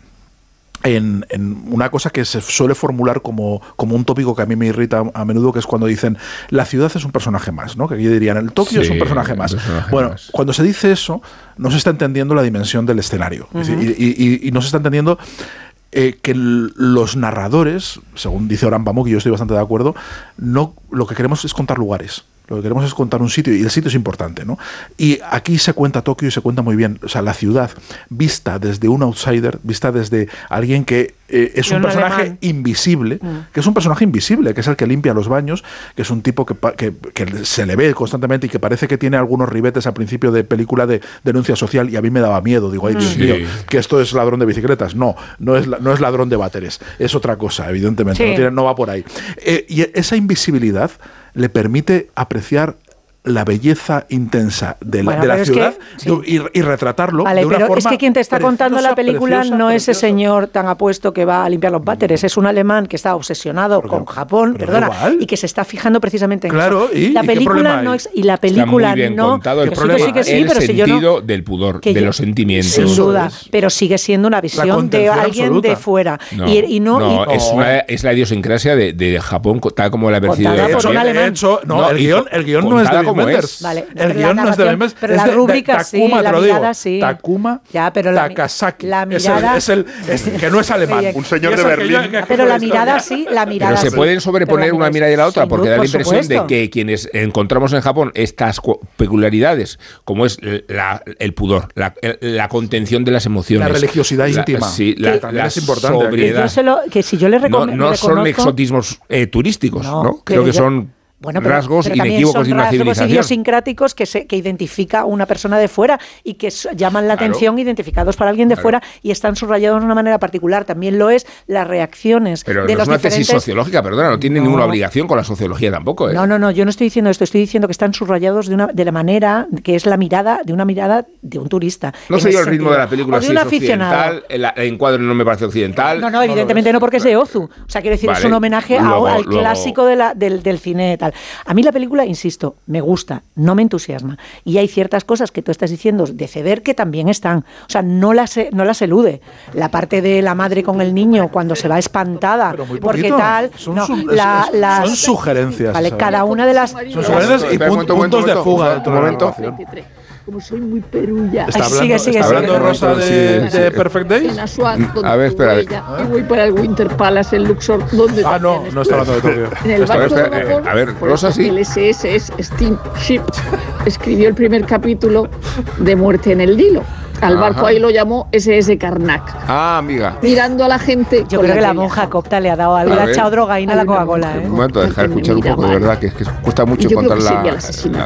En, en una cosa que se suele formular como, como un tópico que a mí me irrita a menudo, que es cuando dicen la ciudad es un personaje más, ¿no? Que aquí dirían el Tokio sí, es un personaje más. Personaje bueno, más. Cuando se dice eso, no se está entendiendo la dimensión del escenario. Uh-huh. Es decir, y, y, y no se está entendiendo eh, que el, los narradores, según dice Orhan Pamuk, y yo estoy bastante de acuerdo, no, lo que queremos es contar lugares. Lo que queremos es contar un sitio, y el sitio es importante, ¿no? Y aquí se cuenta Tokio y se cuenta muy bien. O sea, la ciudad vista desde un outsider, vista desde alguien que eh, es Yo un personaje alemán. invisible, mm. que es un personaje invisible, que es el que limpia los baños, que es un tipo que, que, que se le ve constantemente y que parece que tiene algunos ribetes al principio de película de denuncia social, y a mí me daba miedo. Digo, ay, Dios sí. mío, que esto es ladrón de bicicletas. No, no es, no es ladrón de váteres. Es otra cosa, evidentemente. Sí. No, tiene, no va por ahí. Eh, y esa invisibilidad le permite apreciar la belleza intensa de la, bueno, de la ciudad que, sí. y, y retratarlo vale, de una pero forma es que quien te está preciosa, contando la película preciosa, no preciosa. es ese señor tan apuesto que va a limpiar los váteres, es un alemán que está obsesionado con Japón, perdona, igual. y que se está fijando precisamente en claro, eso. ¿y, la ¿y película no es, y la película está muy bien no contado, el, que problema, sí que sí, el pero sentido si yo no, del pudor, de yo, los sentimientos. Sin duda, es. pero sigue siendo una visión de alguien absoluta. de fuera. No, y, y no, no y, es, oh. una, es la idiosincrasia de, de Japón, tal como la ha percibido. Contada por un alemán. Hecho, no, no, el guión, el guión no es de Wim Wenders. Vale, el guión no es de Wim Wenders. Pero la rúbrica sí, la mirada sí. Takuma ya, pero la, Takasaki. La mirada es el, es el es, que no es alemán. Un señor de Berlín. Que, que pero la mirada sí, la mirada Pero se sí. pueden sobreponer una mirada y la otra, porque da la impresión supuesto. de que quienes encontramos en Japón estas peculiaridades, como es la, el pudor, la, la contención de las emociones, la religiosidad la, íntima, sí, la, que la es importante. sobriedad. Que, yo se lo, que si yo le recomiendo, no, no reconozco, son exotismos eh, turísticos, ¿no? ¿no? Creo que yo, son Bueno, pero, rasgos pero inequívocos de una rasgos civilización. idiosincráticos que, se, que identifica una persona de fuera y que llaman la claro. atención, identificados para alguien de claro. fuera, y están subrayados de una manera particular. También lo es las reacciones pero de no los es una diferentes... tesis sociológica, perdona, no tiene no. ninguna obligación con la sociología tampoco. ¿eh? No, no, no, yo no estoy diciendo esto, estoy diciendo que están subrayados de, una, de la manera que es la mirada, de una mirada de un turista. No sé yo el ritmo sentido. de la película, o de si un es aficionado. occidental, el, el encuadre no me parece occidental. No, no, evidentemente no, no porque es de Ozu. O sea, quiero decir, vale. es un homenaje luego, a, al luego. clásico de la, del, del cine tal. A mí la película, insisto, me gusta, no me entusiasma. Y hay ciertas cosas que tú estás diciendo de ceder que también están. O sea, no las, no las elude. La parte de la madre con el niño cuando se va espantada. Porque tal. Son, no, su, la, es, las, son sugerencias. Vale, cada una de las. Son sugerencias y pun, puntos momento, de fuga. Un momento. Como soy muy perulla. Está hablando, sigue, sigue, está sigue, hablando sigue. Rosa de, sí, de sí. Perfect Days. En Asuán, donde a ver, espera. ella, y voy para el Winter Palace en Luxor, donde Ah, no, no está hablando de Tokio. En el barco de espera, vapor, eh, a ver, Rosa, sí. El S S es Steamship escribió el primer capítulo de Muerte en el Nilo. Al barco Ajá. ahí lo llamó S S Karnak. Ah, amiga. Mirando a la gente. Yo creo que la monja copta le ha dado algo, le ha echado drogaína a la Coca-Cola. ¿eh? Un momento, dejar escuchar un poco, de verdad, que es que cuesta mucho contar la, la,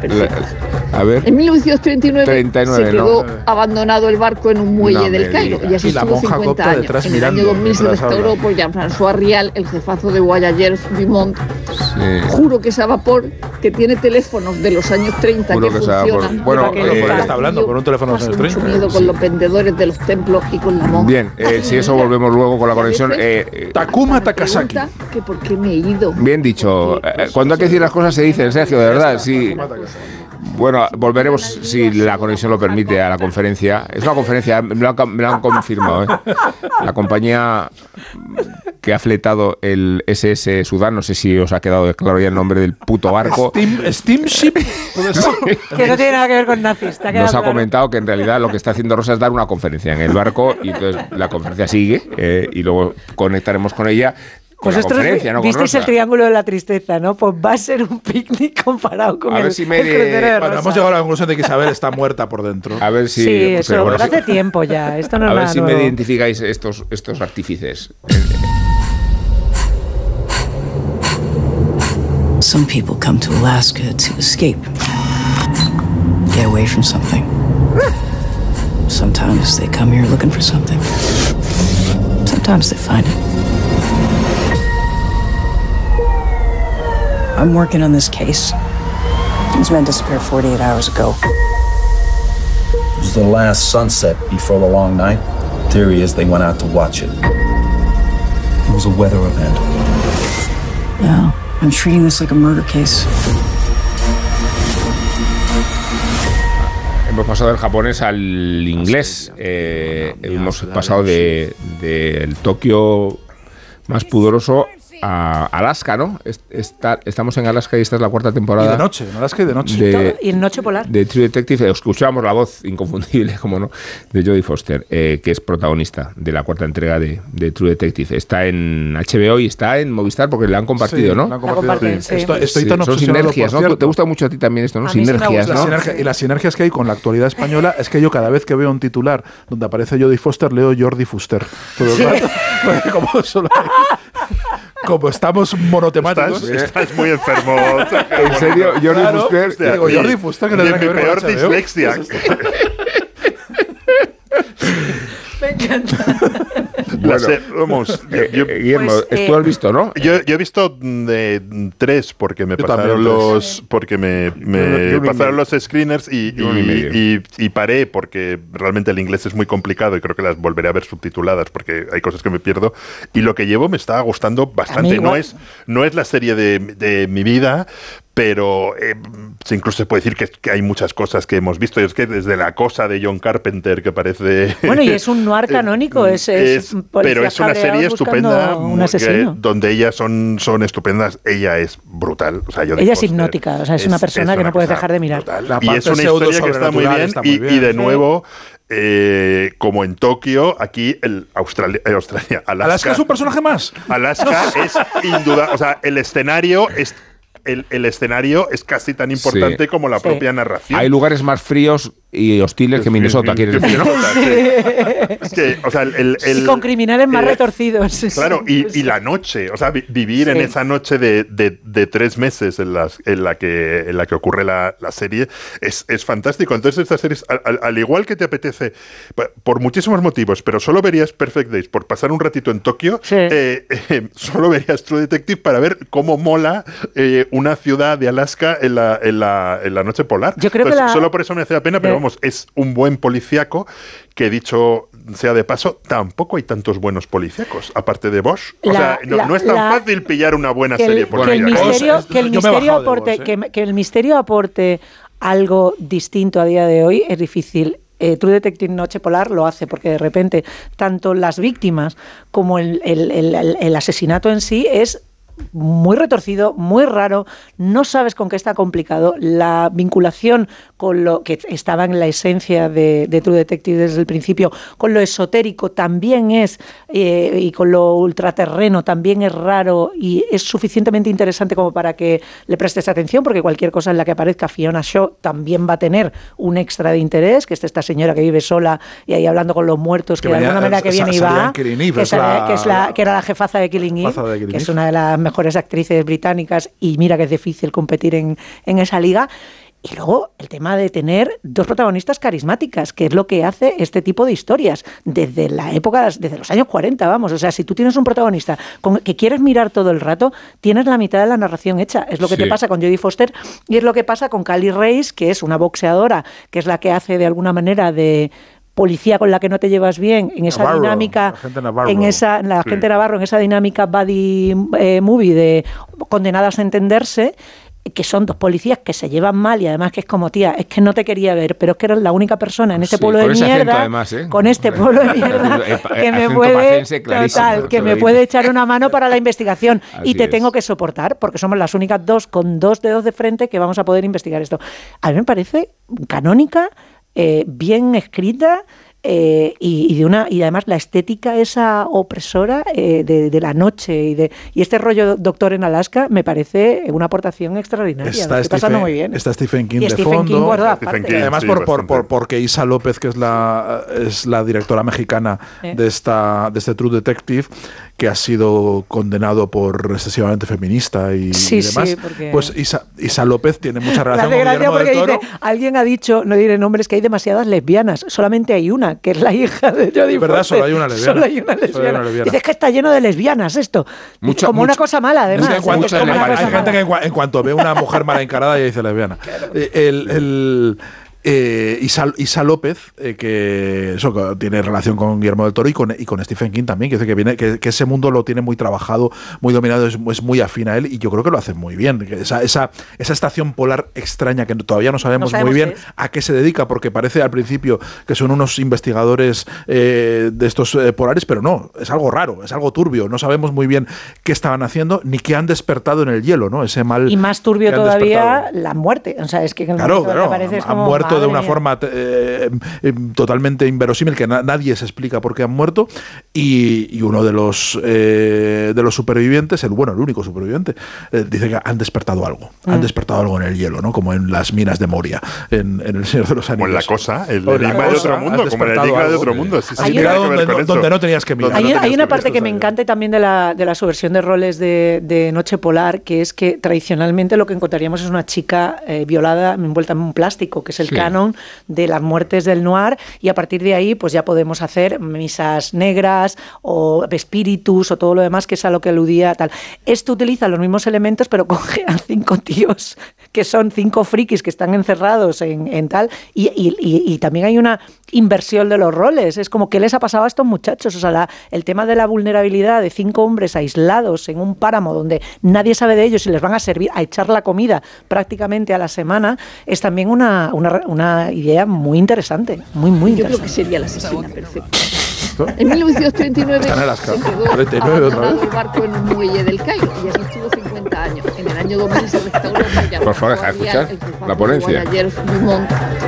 la. A ver. En mil novecientos treinta y nueve, treinta y nueve se quedó no. abandonado el barco en un muelle no del Cairo. diga. Y así y estuvo cincuenta años. Detrás en el mirando, año dos mil se restauró por Jean-François Rial, el jefazo de Voyageurs Dumont. Sí. Juro que es a vapor, que tiene teléfonos de los años treinta Juro que, que funcionan. Bueno, pero ¿por qué está hablando? ¿Por un teléfono de los años treinta? Mucho miedo con los vendedores de los templos y con la monja. Bien, eh, si eso volvemos luego con la conexión. Eh, eh, Takuma Takasaki. Que por qué me he ido. Bien dicho. Eh, cuando hay que decir las cosas se dicen, Sergio, de verdad. Sí. Bueno, volveremos, si la conexión lo permite, a la conferencia. Es una conferencia, me lo han, me lo han confirmado, ¿eh? La compañía que ha fletado el S S Sudán, no sé si os ha quedado claro ya el nombre del puto barco. Steam, Steamship. Que no tiene nada que ver con nazis. ¿Te ha Nos ha claro? comentado que en realidad lo que está haciendo Rosa es dar una conferencia en el barco y entonces la conferencia sigue eh, y luego conectaremos con ella. Con Pues la esto conferencia, ¿no? Con visteis Rosa. el triángulo de la tristeza, ¿no? Pues va a ser un picnic comparado con A ver el, si me el de- crucero de Bueno, Rosa. hemos llegado a la conclusión de que Isabel está muerta por dentro. A ver si. Sí, eso, pero bueno, pero sí. hace tiempo ya. Esto no es A ver nada si nuevo. me identificáis estos, estos artífices. Some people come to Alaska to escape, get away from something. Sometimes they come here looking for something. Sometimes they find it. I'm working on this case. These men disappeared forty-eight hours ago. It was the last sunset before the long night. Theory is they went out to watch it. It was a weather event. Yeah, I'm treating this like a murder case. Hemos pasado del japonés al inglés. Eh, hemos pasado de, del Tokio más pudoroso a Alaska, ¿no? Es- Está, estamos en Alaska y esta es la cuarta temporada. Y de noche, en Alaska y de noche. De- Y en Noche Polar. de True Detective. Escuchamos la voz inconfundible, como no, de Jodie Foster, eh, que es protagonista de la cuarta entrega de, de True Detective. Está en H B O y está en Movistar porque la han compartido, Sí, ¿no? la han compartido. La comparten, sí. Estoy- estoy Sí, tan son obsesionado, sinergias, por ¿no? cierto. Te gusta mucho a ti también esto, ¿no? A mí sí me Sinergias, gusta. ¿no? La sinergia- y las sinergias que hay con la actualidad española es que yo cada vez que veo un titular donde aparece Jodie Foster, leo Jordi Fuster. Todo el Sí. rato. Porque como, solo hay- como estamos monotemáticos. Estás, estás muy enfermo. ¿En serio? Jordi Claro, Fuster. hostia, digo, Mi- Jordi Fuster, que mi- tendrá que mi ver con peor H B O. dislexia. Me encanta. La Bueno, se- vamos, eh, yo- eh, Guillermo, Pues, tú has visto, ¿no? Yo, yo he visto de tres porque me Yo pasaron también, tres. los porque me, me Yo- yo uno y pasaron medio. los screeners y, Yo uno y y, medio. y- y paré porque realmente el inglés es muy complicado y creo que las volveré a ver subtituladas porque hay cosas que me pierdo y lo que llevo me está gustando bastante. No igual. es no es la serie de, de mi vida, pero eh, incluso se puede decir que, que hay muchas cosas que hemos visto. Y es que desde La Cosa de John Carpenter, que parece... Bueno, y es un noir canónico. Es, es, Es- policías pero es una cabreados serie buscando estupenda un muy- que- asesino. donde ellas son, son estupendas. Ella es brutal. O sea, Jodie Ella es Foster hipnótica, o sea, es, una persona que una no puedes cosa dejar de mirar. brutal. La Y parte es una pseudo historia que está muy sobrenatural bien. está y, muy bien. y de Sí. nuevo, eh, como en Tokio, aquí el Australia, eh, Australia Alaska, Alaska es un personaje más. Alaska es indudable. O sea, el escenario es. El, el escenario es casi tan importante Sí. como la Sí. propia narración. Hay lugares más fríos y hostiles que Minnesota, quieres decir, ¿no? Minnesota, sí. Es que, o sea, el, el- Y el- con criminales más eh, retorcidos. Claro, y, y la noche, o sea, vi- vivir en Sí. esa noche de, de- de tres meses en, las, en, la, que, en la que ocurre la, la serie es, es fantástico. Entonces, esta serie, es, al, al- al igual que te apetece, pa- por muchísimos motivos, pero solo verías Perfect Days por pasar un ratito en Tokio, Sí. eh, eh, solo verías True Detective para ver cómo mola eh, una ciudad de Alaska en la, en la, en la noche polar. Yo creo que Entonces, la- solo por eso me hace la pena, pero de- vamos, es un buen policíaco que, dicho sea de paso, tampoco hay tantos buenos policíacos, aparte de Bosch. O La- sea, no, la- no es tan la- fácil pillar una buena que el, serie que el policíaca. misterio, Bosch, que el yo me he misterio bajado de aporte, Bosch, ¿eh? que, que el misterio aporte algo distinto a día de hoy es difícil. Eh, True Detective Noche Polar lo hace porque de repente tanto las víctimas como el, el- el- el- el asesinato en sí es muy retorcido, muy raro, no sabes con qué está complicado. La vinculación con lo que estaba en la esencia de, de True Detective desde el principio, con lo esotérico también es, eh, y con lo ultraterreno también es raro y es suficientemente interesante como para que le prestes atención, porque cualquier cosa en la que aparezca Fiona Shaw también va a tener un extra de interés, que es esta señora que vive sola y ahí hablando con los muertos, que, Que de venía- alguna manera que sa- viene y salía va, en Killing Eve, que, es sale- la- que es la, que era la jefaza de Killing Eve, Jefaza de Killing que es Eve. una de las mejores actrices británicas y mira que es difícil competir en, en esa liga. Y luego el tema de tener dos protagonistas carismáticas, que es lo que hace este tipo de historias desde la época, desde los años cuarenta, vamos. O sea, si tú tienes un protagonista con, que quieres mirar todo el rato, tienes la mitad de la narración hecha. Es lo que Sí. te pasa con Jodie Foster y es lo que pasa con Cally Race, que es una boxeadora, que es la que hace de alguna manera de policía con la que no te llevas bien, en esa Navarro, dinámica, agente Navarro. en esa, la Sí. gente Navarro, en esa dinámica buddy eh, movie de condenadas a entenderse. que son dos policías que se llevan mal y además que es como, tía, es que no te quería ver, pero es que eres la única persona en este Sí, pueblo con de ese acento, mierda, además, ¿eh? con este pueblo de mierda, que me Acento puede, pacense clarísimo, total, que te lo me digo. puede echar una mano para la investigación Así y te es. tengo que soportar, porque somos las únicas dos con dos dedos de frente que vamos a poder investigar esto. A mí me parece canónica, eh, bien escrita. Eh, y, y de una y además la estética esa opresora eh, de, de la noche y de y este rollo Doctor en Alaska me parece una aportación extraordinaria. Está, Lo estoy pasando Stephen, muy bien. está Stephen King Y de Stephen fondo. King guarda Stephen aparte. King, Además, sí, por, por, bastante. por- porque Isa López, que es la, es la directora mexicana Eh. de, esta, de este True Detective, que ha sido condenado por excesivamente feminista y, Sí, y demás, sí, porque- pues Isa, Isa López tiene mucha Me relación hace con gracia Guillermo del porque Toro. dice, alguien ha dicho, no diré nombres, que hay demasiadas lesbianas. Solamente hay una, que es la hija de Jodie Es verdad, Foster. solo hay una lesbiana. Solo hay una Solo hay lesbiana. una lesbiana. Dice que está lleno de lesbianas esto. Mucho- como una mucho- cosa mala, además. Es que en ¿eh? cuanto- Es como una hay cosa gente mala. que en, cua- en cuanto ve una mujer mal encarada ya dice lesbiana. Eh, El, el, eh, Isa, Isa López, eh, que eso que tiene relación con Guillermo del Toro y con, y con Stephen King también, que dice que, viene, que, que ese mundo lo tiene muy trabajado, muy dominado, es, es muy afín a él y yo creo que lo hace muy bien. Que esa, esa, esa estación polar extraña que todavía no sabemos, No sabemos muy bien qué es. a qué se dedica, porque parece al principio que son unos investigadores eh, de estos eh, polares, pero no, es algo raro, es algo turbio, no sabemos muy bien qué estaban haciendo ni qué han despertado en el hielo, ¿no? Ese mal Y más turbio que han todavía despertado. la muerte. O sea, es que en el Claro, momento que claro, aparece es han como, muerto de madre una mía. forma eh, eh, totalmente inverosímil que na- nadie se explica por qué han muerto y, y uno de los eh, de los supervivientes, el bueno, el único superviviente, eh, dice que han despertado algo, han Mm. despertado algo en el hielo, ¿no? Como en las minas de Moria, en, en El Señor de los Anillos. Como en La Cosa, el O en La enigma de Cosa, otro has mundo, como en el despertado enigma de algo. otro mundo. Sí, sí, Has tiene mirado que ver donde, con eso. donde no tenías que mirar. Donde Hay, no hay tenías una que parte ver, que me esto encanta también de la, de la subversión de roles de, de Noche Polar, que es que tradicionalmente lo que encontraríamos es una chica eh, violada envuelta en un plástico, que es el Sí. canon de las muertes del noir, y a partir de ahí pues ya podemos hacer misas negras o espíritus o todo lo demás, que es a lo que aludía tal. Esto utiliza los mismos elementos, pero coge a cinco tíos que son cinco frikis que están encerrados en, en tal, y, y- y- y también hay una inversión de los roles. Es como, ¿qué les ha pasado a estos muchachos? O sea, la- el tema de la vulnerabilidad de cinco hombres aislados en un páramo donde nadie sabe de ellos y les van a servir, a echar la comida prácticamente a la semana, es también una, una, una idea muy interesante, muy, muy Yo creo interesante. que sería la asesina perfecta. En mil novecientos treinta y nueve Está en Alaska. se quedó treinta y nueve otra abandonado vez. el barco en un muelle del Cairo y allí estuvo cincuenta años. En el año dos mil se restauró el llamado Por favor, deja de Guardián, escuchar el culpable la ponencia. de Guanayer Dumont.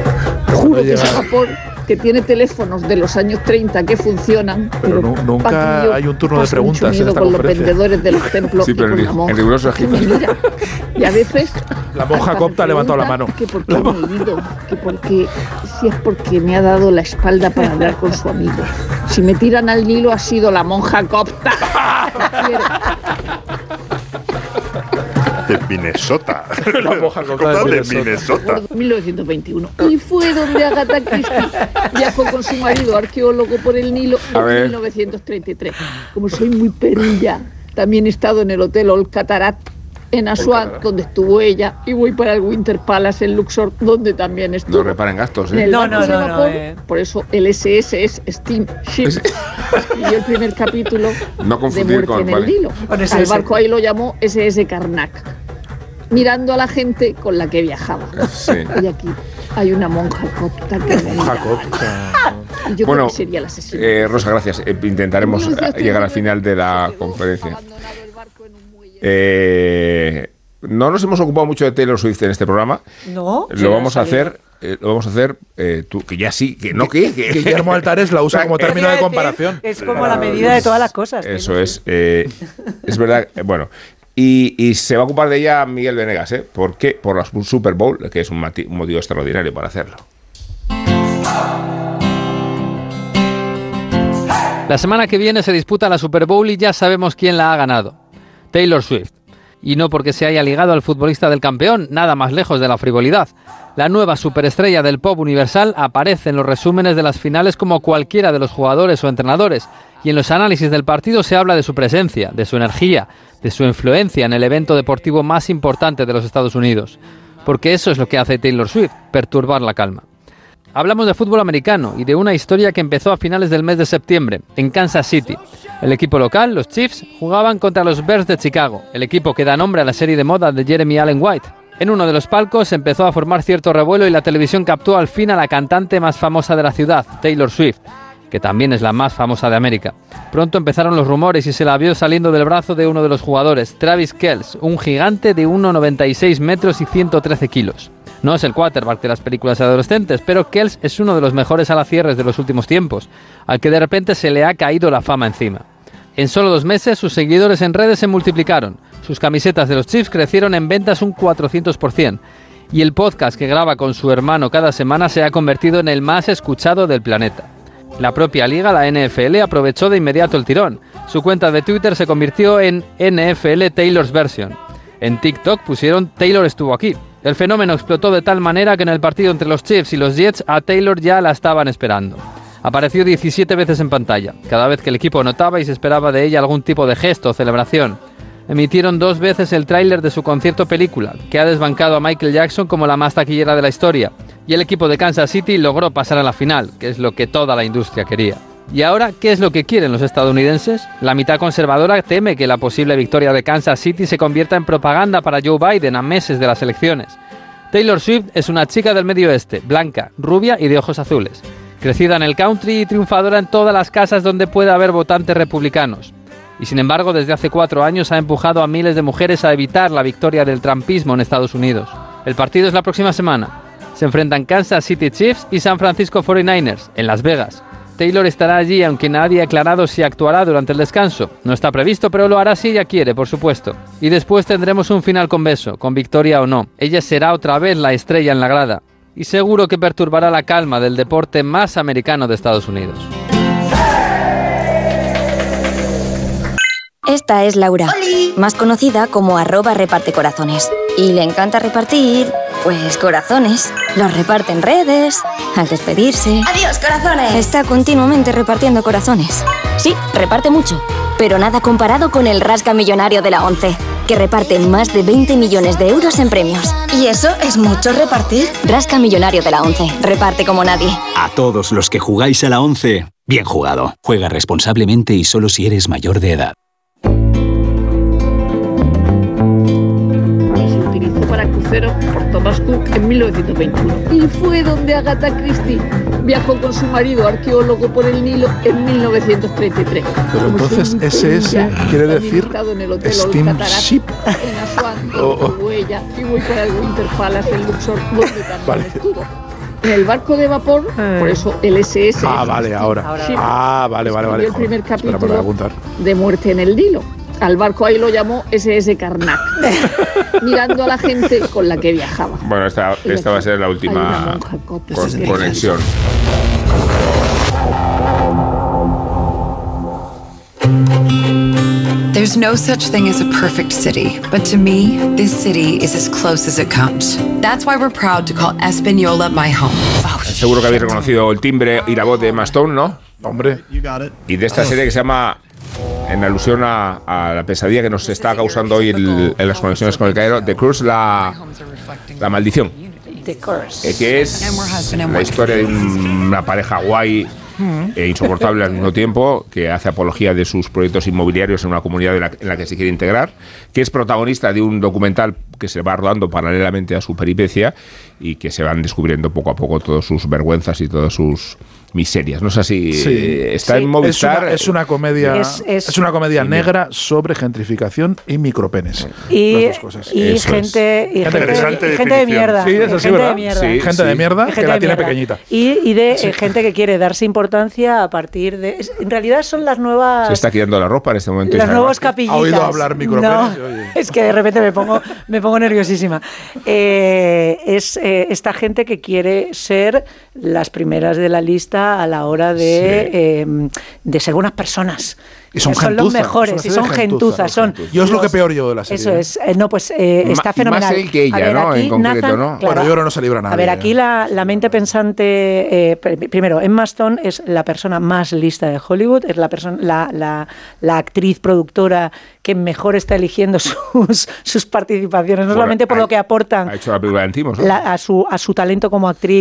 Juro que ese vapor que tiene teléfonos de los años treinta que funcionan, Pero nu- nunca Paquillo hay un turno de pasa preguntas en mucho miedo esta con los conferencia. vendedores de los templos Sí, y pero con en, la en monja. riguroso Que me Egipto. mira. Y a veces La monja hasta copta ha me levantado la pregunta mano. que por qué me he ido, que porque, si es porque me ha dado la espalda para hablar con su amigo. Si me tiran al Nilo ha sido la monja copta. De Minnesota. La monja copta de Copta de Minnesota. Minnesota. mil novecientos veintiuno. Y fue donde Agatha Christie viajó con su marido arqueólogo por el Nilo A en ver. mil novecientos treinta y tres. Como soy muy perilla, también he estado en el hotel Old Catarat en Asuán, donde estuvo ella, y voy para el Winter Palace en Luxor, donde también estuvo. No reparen gastos, En ¿eh? el No, barco no, de no, no, vapor, eh. Por eso el S S es Steamship. Escribió el primer capítulo No de confundir Muerte con. en el Vale. Nilo. Con S S. Al barco ahí lo llamó S S Karnak, mirando a la gente con la que viajaba. Sí. Y aquí hay una monja copta que me Monja mira. copta. Y yo Bueno, creo que sería la asesina. Eh, Rosa, gracias. Eh, intentaremos eh, llegar al final de la conferencia. Eh, no nos hemos ocupado mucho de Taylor Swift en este programa. No, Lo vamos a hacer. eh, lo vamos a hacer eh, tú, que ya sí, que no que. que- Guillermo Altares la usa como término de comparación. Es como la medida de todas las cosas. Eso es. eh, es verdad. eh, Bueno. Y, y se va a ocupar de ella Miguel Venegas, ¿eh? ¿Por qué? Por la Super Bowl, que es un, mati- un motivo extraordinario para hacerlo. La semana que viene se disputa la Super Bowl y ya sabemos quién la ha ganado. Taylor Swift. Y no porque se haya ligado al futbolista del campeón, nada más lejos de la frivolidad. La nueva superestrella del pop universal aparece en los resúmenes de las finales como cualquiera de los jugadores o entrenadores, y en los análisis del partido se habla de su presencia, de su energía, de su influencia en el evento deportivo más importante de los Estados Unidos. Porque eso es lo que hace Taylor Swift, perturbar la calma. Hablamos de fútbol americano y de una historia que empezó a finales del mes de septiembre, en Kansas City. El equipo local, los Chiefs, jugaban contra los Bears de Chicago, el equipo que da nombre a la serie de moda de Jeremy Allen White. En uno de los palcos empezó a formar cierto revuelo y la televisión captó al fin a la cantante más famosa de la ciudad, Taylor Swift, que también es la más famosa de América. Pronto empezaron los rumores y se la vio saliendo del brazo de uno de los jugadores, Travis Kelce, un gigante de uno coma noventa y seis metros y ciento trece kilos. No es el quarterback de las películas adolescentes, pero Kelce es uno de los mejores alacierres de los últimos tiempos, al que de repente se le ha caído la fama encima. En solo dos meses, sus seguidores en redes se multiplicaron, sus camisetas de los Chiefs crecieron en ventas un cuatrocientos por ciento, y el podcast que graba con su hermano cada semana se ha convertido en el más escuchado del planeta. La propia liga, la N F L, aprovechó de inmediato el tirón. Su cuenta de Twitter se convirtió en N F L Taylor's Version. En TikTok pusieron Taylor estuvo aquí. El fenómeno explotó de tal manera que en el partido entre los Chiefs y los Jets a Taylor ya la estaban esperando. Apareció diecisiete veces en pantalla, cada vez que el equipo notaba y se esperaba de ella algún tipo de gesto o celebración. Emitieron dos veces el tráiler de su concierto película, que ha desbancado a Michael Jackson como la más taquillera de la historia, y el equipo de Kansas City logró pasar a la final, que es lo que toda la industria quería. ¿Y ahora qué es lo que quieren los estadounidenses? La mitad conservadora teme que la posible victoria de Kansas City se convierta en propaganda para Joe Biden a meses de las elecciones. Taylor Swift es una chica del Medio Oeste, blanca, rubia y de ojos azules. Crecida en el country y triunfadora en todas las casas donde pueda haber votantes republicanos. Y sin embargo, desde hace cuatro años ha empujado a miles de mujeres a evitar la victoria del trumpismo en Estados Unidos. El partido es la próxima semana. Se enfrentan Kansas City Chiefs y San Francisco cuarenta y nueve ers, en Las Vegas. Taylor estará allí, aunque nadie ha aclarado si actuará durante el descanso. No está previsto, pero lo hará si ella quiere, por supuesto. Y después tendremos un final con beso, con victoria o no. Ella será otra vez la estrella en la grada. Y seguro que perturbará la calma del deporte más americano de Estados Unidos. Esta es Laura, ¡Oli!, más conocida como arroba reparte corazones. Y le encanta repartir, pues, corazones. Los reparte en redes, al despedirse. ¡Adiós, corazones! Está continuamente repartiendo corazones. Sí, reparte mucho, pero nada comparado con el Rasca Millonario de la ONCE, que reparte más de veinte millones de euros en premios. ¿Y eso es mucho repartir? Rasca Millonario de la ONCE, reparte como nadie. A todos los que jugáis a la ONCE, bien jugado. Juega responsablemente y solo si eres mayor de edad. Para cruceros por Thomas Cook en mil novecientos veintiuno. Y fue donde Agatha Christie viajó con su marido arqueólogo por el Nilo en mil novecientos treinta y tres. Pero entonces ese ese quiere decir steamship. En Asuán, oh. Huella, y muy para el Winter Palace en Luxor, donde también vale. estuvo. En el barco de vapor, eh. por eso el S S. Ah, vale, ahora. ahora. Sí. Ah, vale, vale, vale. El primer capítulo Espera, apuntar. de Muerte en el Nilo. Al barco ahí lo llamó S S Karnak, mirando a la gente con la que viajaba. Bueno, esta, esta va a ser la última con, conexión. There's no such thing as a perfect city, but to me, this city is as close as it comes. That's why we're proud to call Espanola my home. Oh, seguro que habéis reconocido el timbre y la voz de Emma Stone, ¿no? Hombre. Y de esta serie que se llama, en alusión a, a la pesadilla que nos está causando hoy el, en las conexiones con el Cairo, The Curse, la, la maldición. The Curse. Eh, que es la historia de un, una pareja guay e insoportable al mismo tiempo, que hace apología de sus proyectos inmobiliarios en una comunidad de la, en la que se quiere integrar, que es protagonista de un documental que se va rodando paralelamente a su peripecia y que se van descubriendo poco a poco todas sus vergüenzas y todas sus miserias. No sé si sí, está sí. en Movistar. Es una, es una comedia, es, es, es una comedia negra sobre gentrificación y micropenes. Y, las dos cosas. y gente, y gente, gente, y gente de mierda. Sí, es así, gente ¿verdad? De mierda. Sí, gente sí. de mierda gente que la tiene mierda. pequeñita. Y, y de sí. gente que quiere darse importancia a partir de. En realidad son las nuevas. Se está quitando la ropa en este momento. Las nuevas capillitas. ¿Ha oído hablar micropenes? No, oye. Es que de repente me pongo, me pongo nerviosísima. Eh, es eh, esta gente que quiere ser las primeras de la lista a la hora de, sí. eh, de ser buenas personas. Y son, son los mejores, y son gentuzas. Son yo es lo que peor yo de la serie. Eso es. Eh, no, pues eh, está Ma, fenomenal. Más él que ella, ver, ¿no? En concreto, Nathan, ¿no? Claro, bueno, yo creo que no se libra nadie. A ver, aquí la, la mente pensante... Eh, primero, Emma Stone es la persona más lista de Hollywood, es la, persona, la, la, la actriz productora que mejor está eligiendo sus, sus participaciones, no bueno, solamente por ha, lo que aportan ha hecho la película de Antimos, ¿no? la, a, su, a su talento como actriz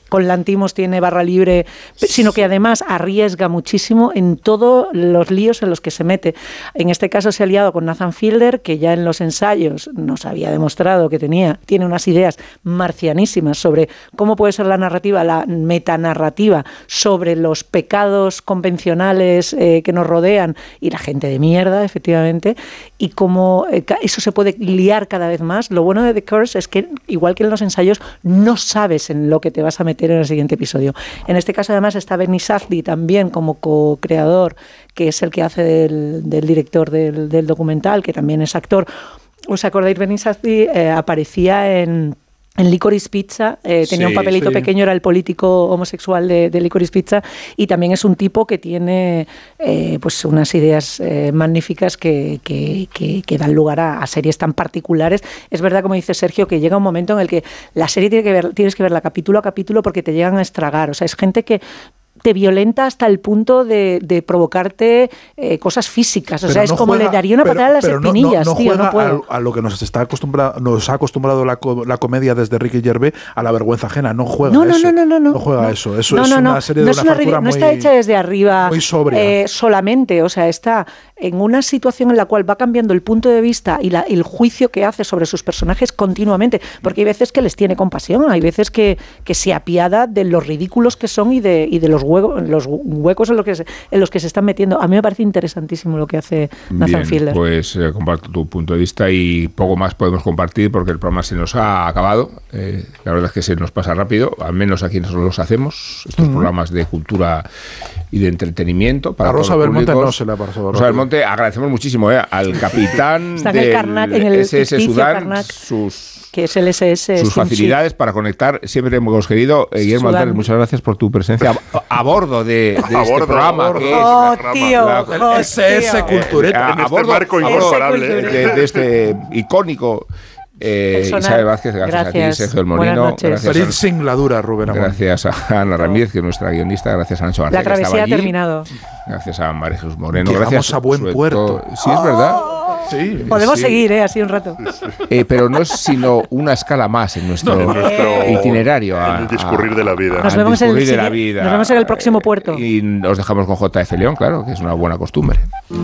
con Lantimos tiene barra libre, sino que además arriesga muchísimo en todos los líos en los que se mete. En este caso se ha aliado con Nathan Fielder, que ya en los ensayos nos había demostrado que tenía, tiene unas ideas marcianísimas sobre cómo puede ser la narrativa, la metanarrativa sobre los pecados convencionales eh, que nos rodean y la gente de mierda, efectivamente, y cómo eh, eso se puede liar cada vez más. Lo bueno de The Curse es que, igual que en los ensayos, no sabes en lo que te vas a meter en el siguiente episodio. En este caso, además, está Benny Safdie también como co-creador, que es el que hace del, del director del, del documental, que también es actor. ¿Os acordáis? Benny Safdie eh, aparecía en... En Licorice Pizza, eh, tenía sí, un papelito sí. pequeño, era el político homosexual de, de Licorice Pizza, y también es un tipo que tiene eh, pues unas ideas eh, magníficas que, que, que, que dan lugar a, a series tan particulares. Es verdad, como dice Sergio, que llega un momento en el que la serie tiene que ver, tienes que verla capítulo a capítulo porque te llegan a estragar. O sea, es gente que te violenta hasta el punto de, de provocarte eh, cosas físicas. O pero sea, es no como juega, le daría una pero, patada a las espinillas, no, no, no tío, no puedo. A, a lo que nos está acostumbrado, nos ha acostumbrado la, la comedia desde Ricky Gervais, a la vergüenza ajena. No juega no, no, eso. No, no, no, no. No juega no, eso. Eso no, es no, una no, serie no de es una una factura muy, muy... No está hecha desde arriba muy sobria. Eh, solamente. O sea, está en una situación en la cual va cambiando el punto de vista y la, el juicio que hace sobre sus personajes continuamente. Porque hay veces que les tiene compasión, hay veces que, que se apiada de los ridículos que son y de, y de los, hueco, los huecos en los que se en los que se están metiendo. A mí me parece interesantísimo lo que hace Nathan Bien, Fielder. Pues eh, comparto tu punto de vista y poco más podemos compartir porque el programa se nos ha acabado. Eh, la verdad es que se nos pasa rápido, al menos aquí nosotros los hacemos, estos uh-huh. programas de cultura y de entretenimiento. Para a Rosa Belmonte no se le ha pasado. Rosa Belmonte, agradecemos muchísimo eh, al capitán Está en del el Karnak, en el S S Sudán, Karnak, sus... que es el S S sus facilidades para conectar. Siempre hemos querido. Eh, Guillermo Altares, muchas gracias por tu presencia a, a bordo de, de a este bordo, programa. Oh, Que oh es tío, la, oh, el S S tío. Cultureta. A, en a este bordo, marco a bordo incomparable de, de este icónico eh, Isabel Vázquez, gracias, gracias a ti, Sergio del Molino. Feliz singladura, Rubén Amón. Gracias a Ana Ramírez, que es nuestra guionista. Gracias a Nacho García. La travesía ha terminado. Gracias a María Jesús Moreno. Llegamos gracias a buen puerto. Todo. Sí, es verdad. Sí, Podemos sí. seguir, ¿eh? Así un rato. Eh, pero no es sino una escala más en nuestro, no, en nuestro itinerario. En el discurrir a, de la vida. Nos vemos, en el, de la vida. nos vemos en el próximo puerto. Y nos dejamos con J F León, claro, que es una buena costumbre.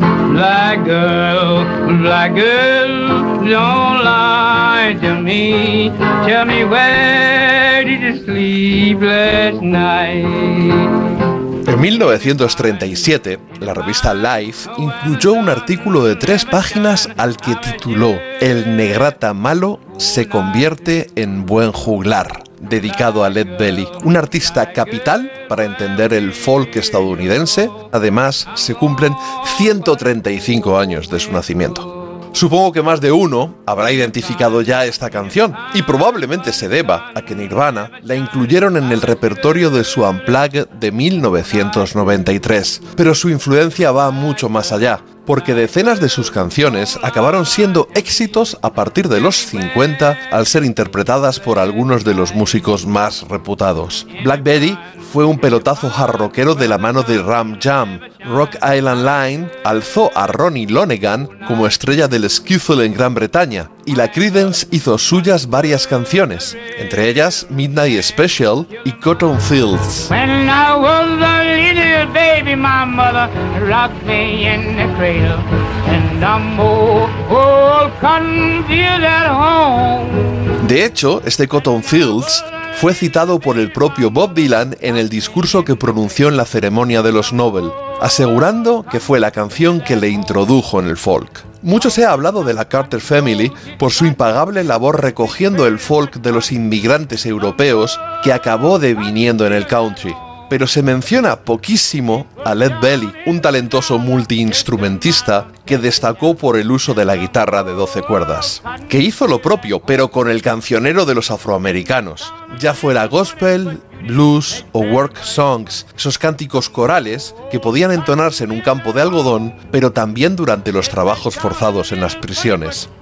Black girl, black girl, don't lie to me. Tell me where did you sleep last night? En mil novecientos treinta y siete, la revista Life incluyó un artículo de tres páginas al que tituló El negrata malo se convierte en buen juglar, dedicado a Led Belly, un artista capital para entender el folk estadounidense. Además, se cumplen ciento treinta y cinco años de su nacimiento. Supongo que más de uno habrá identificado ya esta canción, y probablemente se deba a que Nirvana la incluyeron en el repertorio de su Unplugged de mil novecientos noventa y tres. Pero su influencia va mucho más allá, porque decenas de sus canciones acabaron siendo éxitos a partir de los cincuenta al ser interpretadas por algunos de los músicos más reputados. Black Betty fue un pelotazo hard rockero de la mano de Ram Jam. Rock Island Line alzó a Ronnie Lonegan como estrella del skiffle en Gran Bretaña, y la Creedence hizo suyas varias canciones, entre ellas Midnight Special y Cotton Fields. When I was a little baby, my mother rocked me in the cradle, and I'm old, old cotton field at home. De hecho, este Cotton Fields fue citado por el propio Bob Dylan en el discurso que pronunció en la ceremonia de los Nobel, asegurando que fue la canción que le introdujo en el folk. Mucho se ha hablado de la Carter Family por su impagable labor recogiendo el folk de los inmigrantes europeos que acabó deviniendo en el country. Pero se menciona poquísimo a Led Belly, un talentoso multiinstrumentista que destacó por el uso de la guitarra de doce cuerdas, que hizo lo propio, pero con el cancionero de los afroamericanos, ya fuera gospel, blues o work songs, esos cánticos corales que podían entonarse en un campo de algodón, pero también durante los trabajos forzados en las prisiones.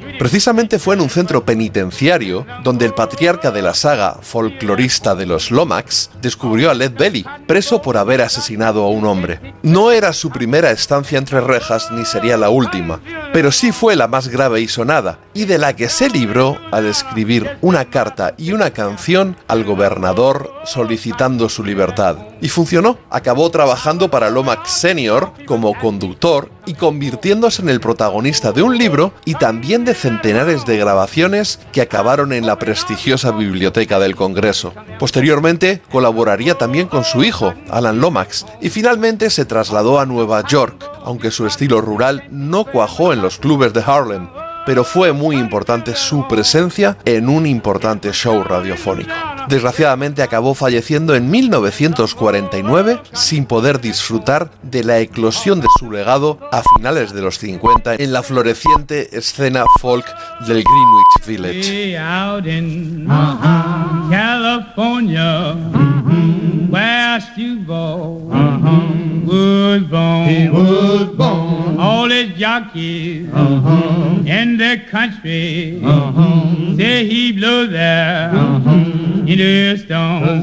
Precisamente fue en un centro penitenciario donde el patriarca de la saga, folclorista de los Lomax, descubrió a Lead Belly, preso por haber asesinado a un hombre. No era su primera estancia entre rejas ni sería la última, pero sí fue la más grave y sonada, y de la que se libró al escribir una carta y una canción al gobernador solicitando su libertad. Y funcionó. Acabó trabajando para Lomax Senior como conductor y convirtiéndose en el protagonista de un libro y también de centenares de grabaciones que acabaron en la prestigiosa biblioteca del Congreso. Posteriormente colaboraría también con su hijo, Alan Lomax, y finalmente se trasladó a Nueva York, aunque su estilo rural no cuajó en los clubes de Harlem, pero fue muy importante su presencia en un importante show radiofónico. Desgraciadamente acabó falleciendo en mil novecientos cuarenta y nueve sin poder disfrutar de la eclosión de su legado a finales de los cincuenta en la floreciente escena folk del Greenwich Village. Out in uh-huh. California, uh-huh. where Stu Ball uh-huh. was born. He was born. All his jockeys uh-huh. in the country uh-huh. say he blew there uh-huh. in the stone.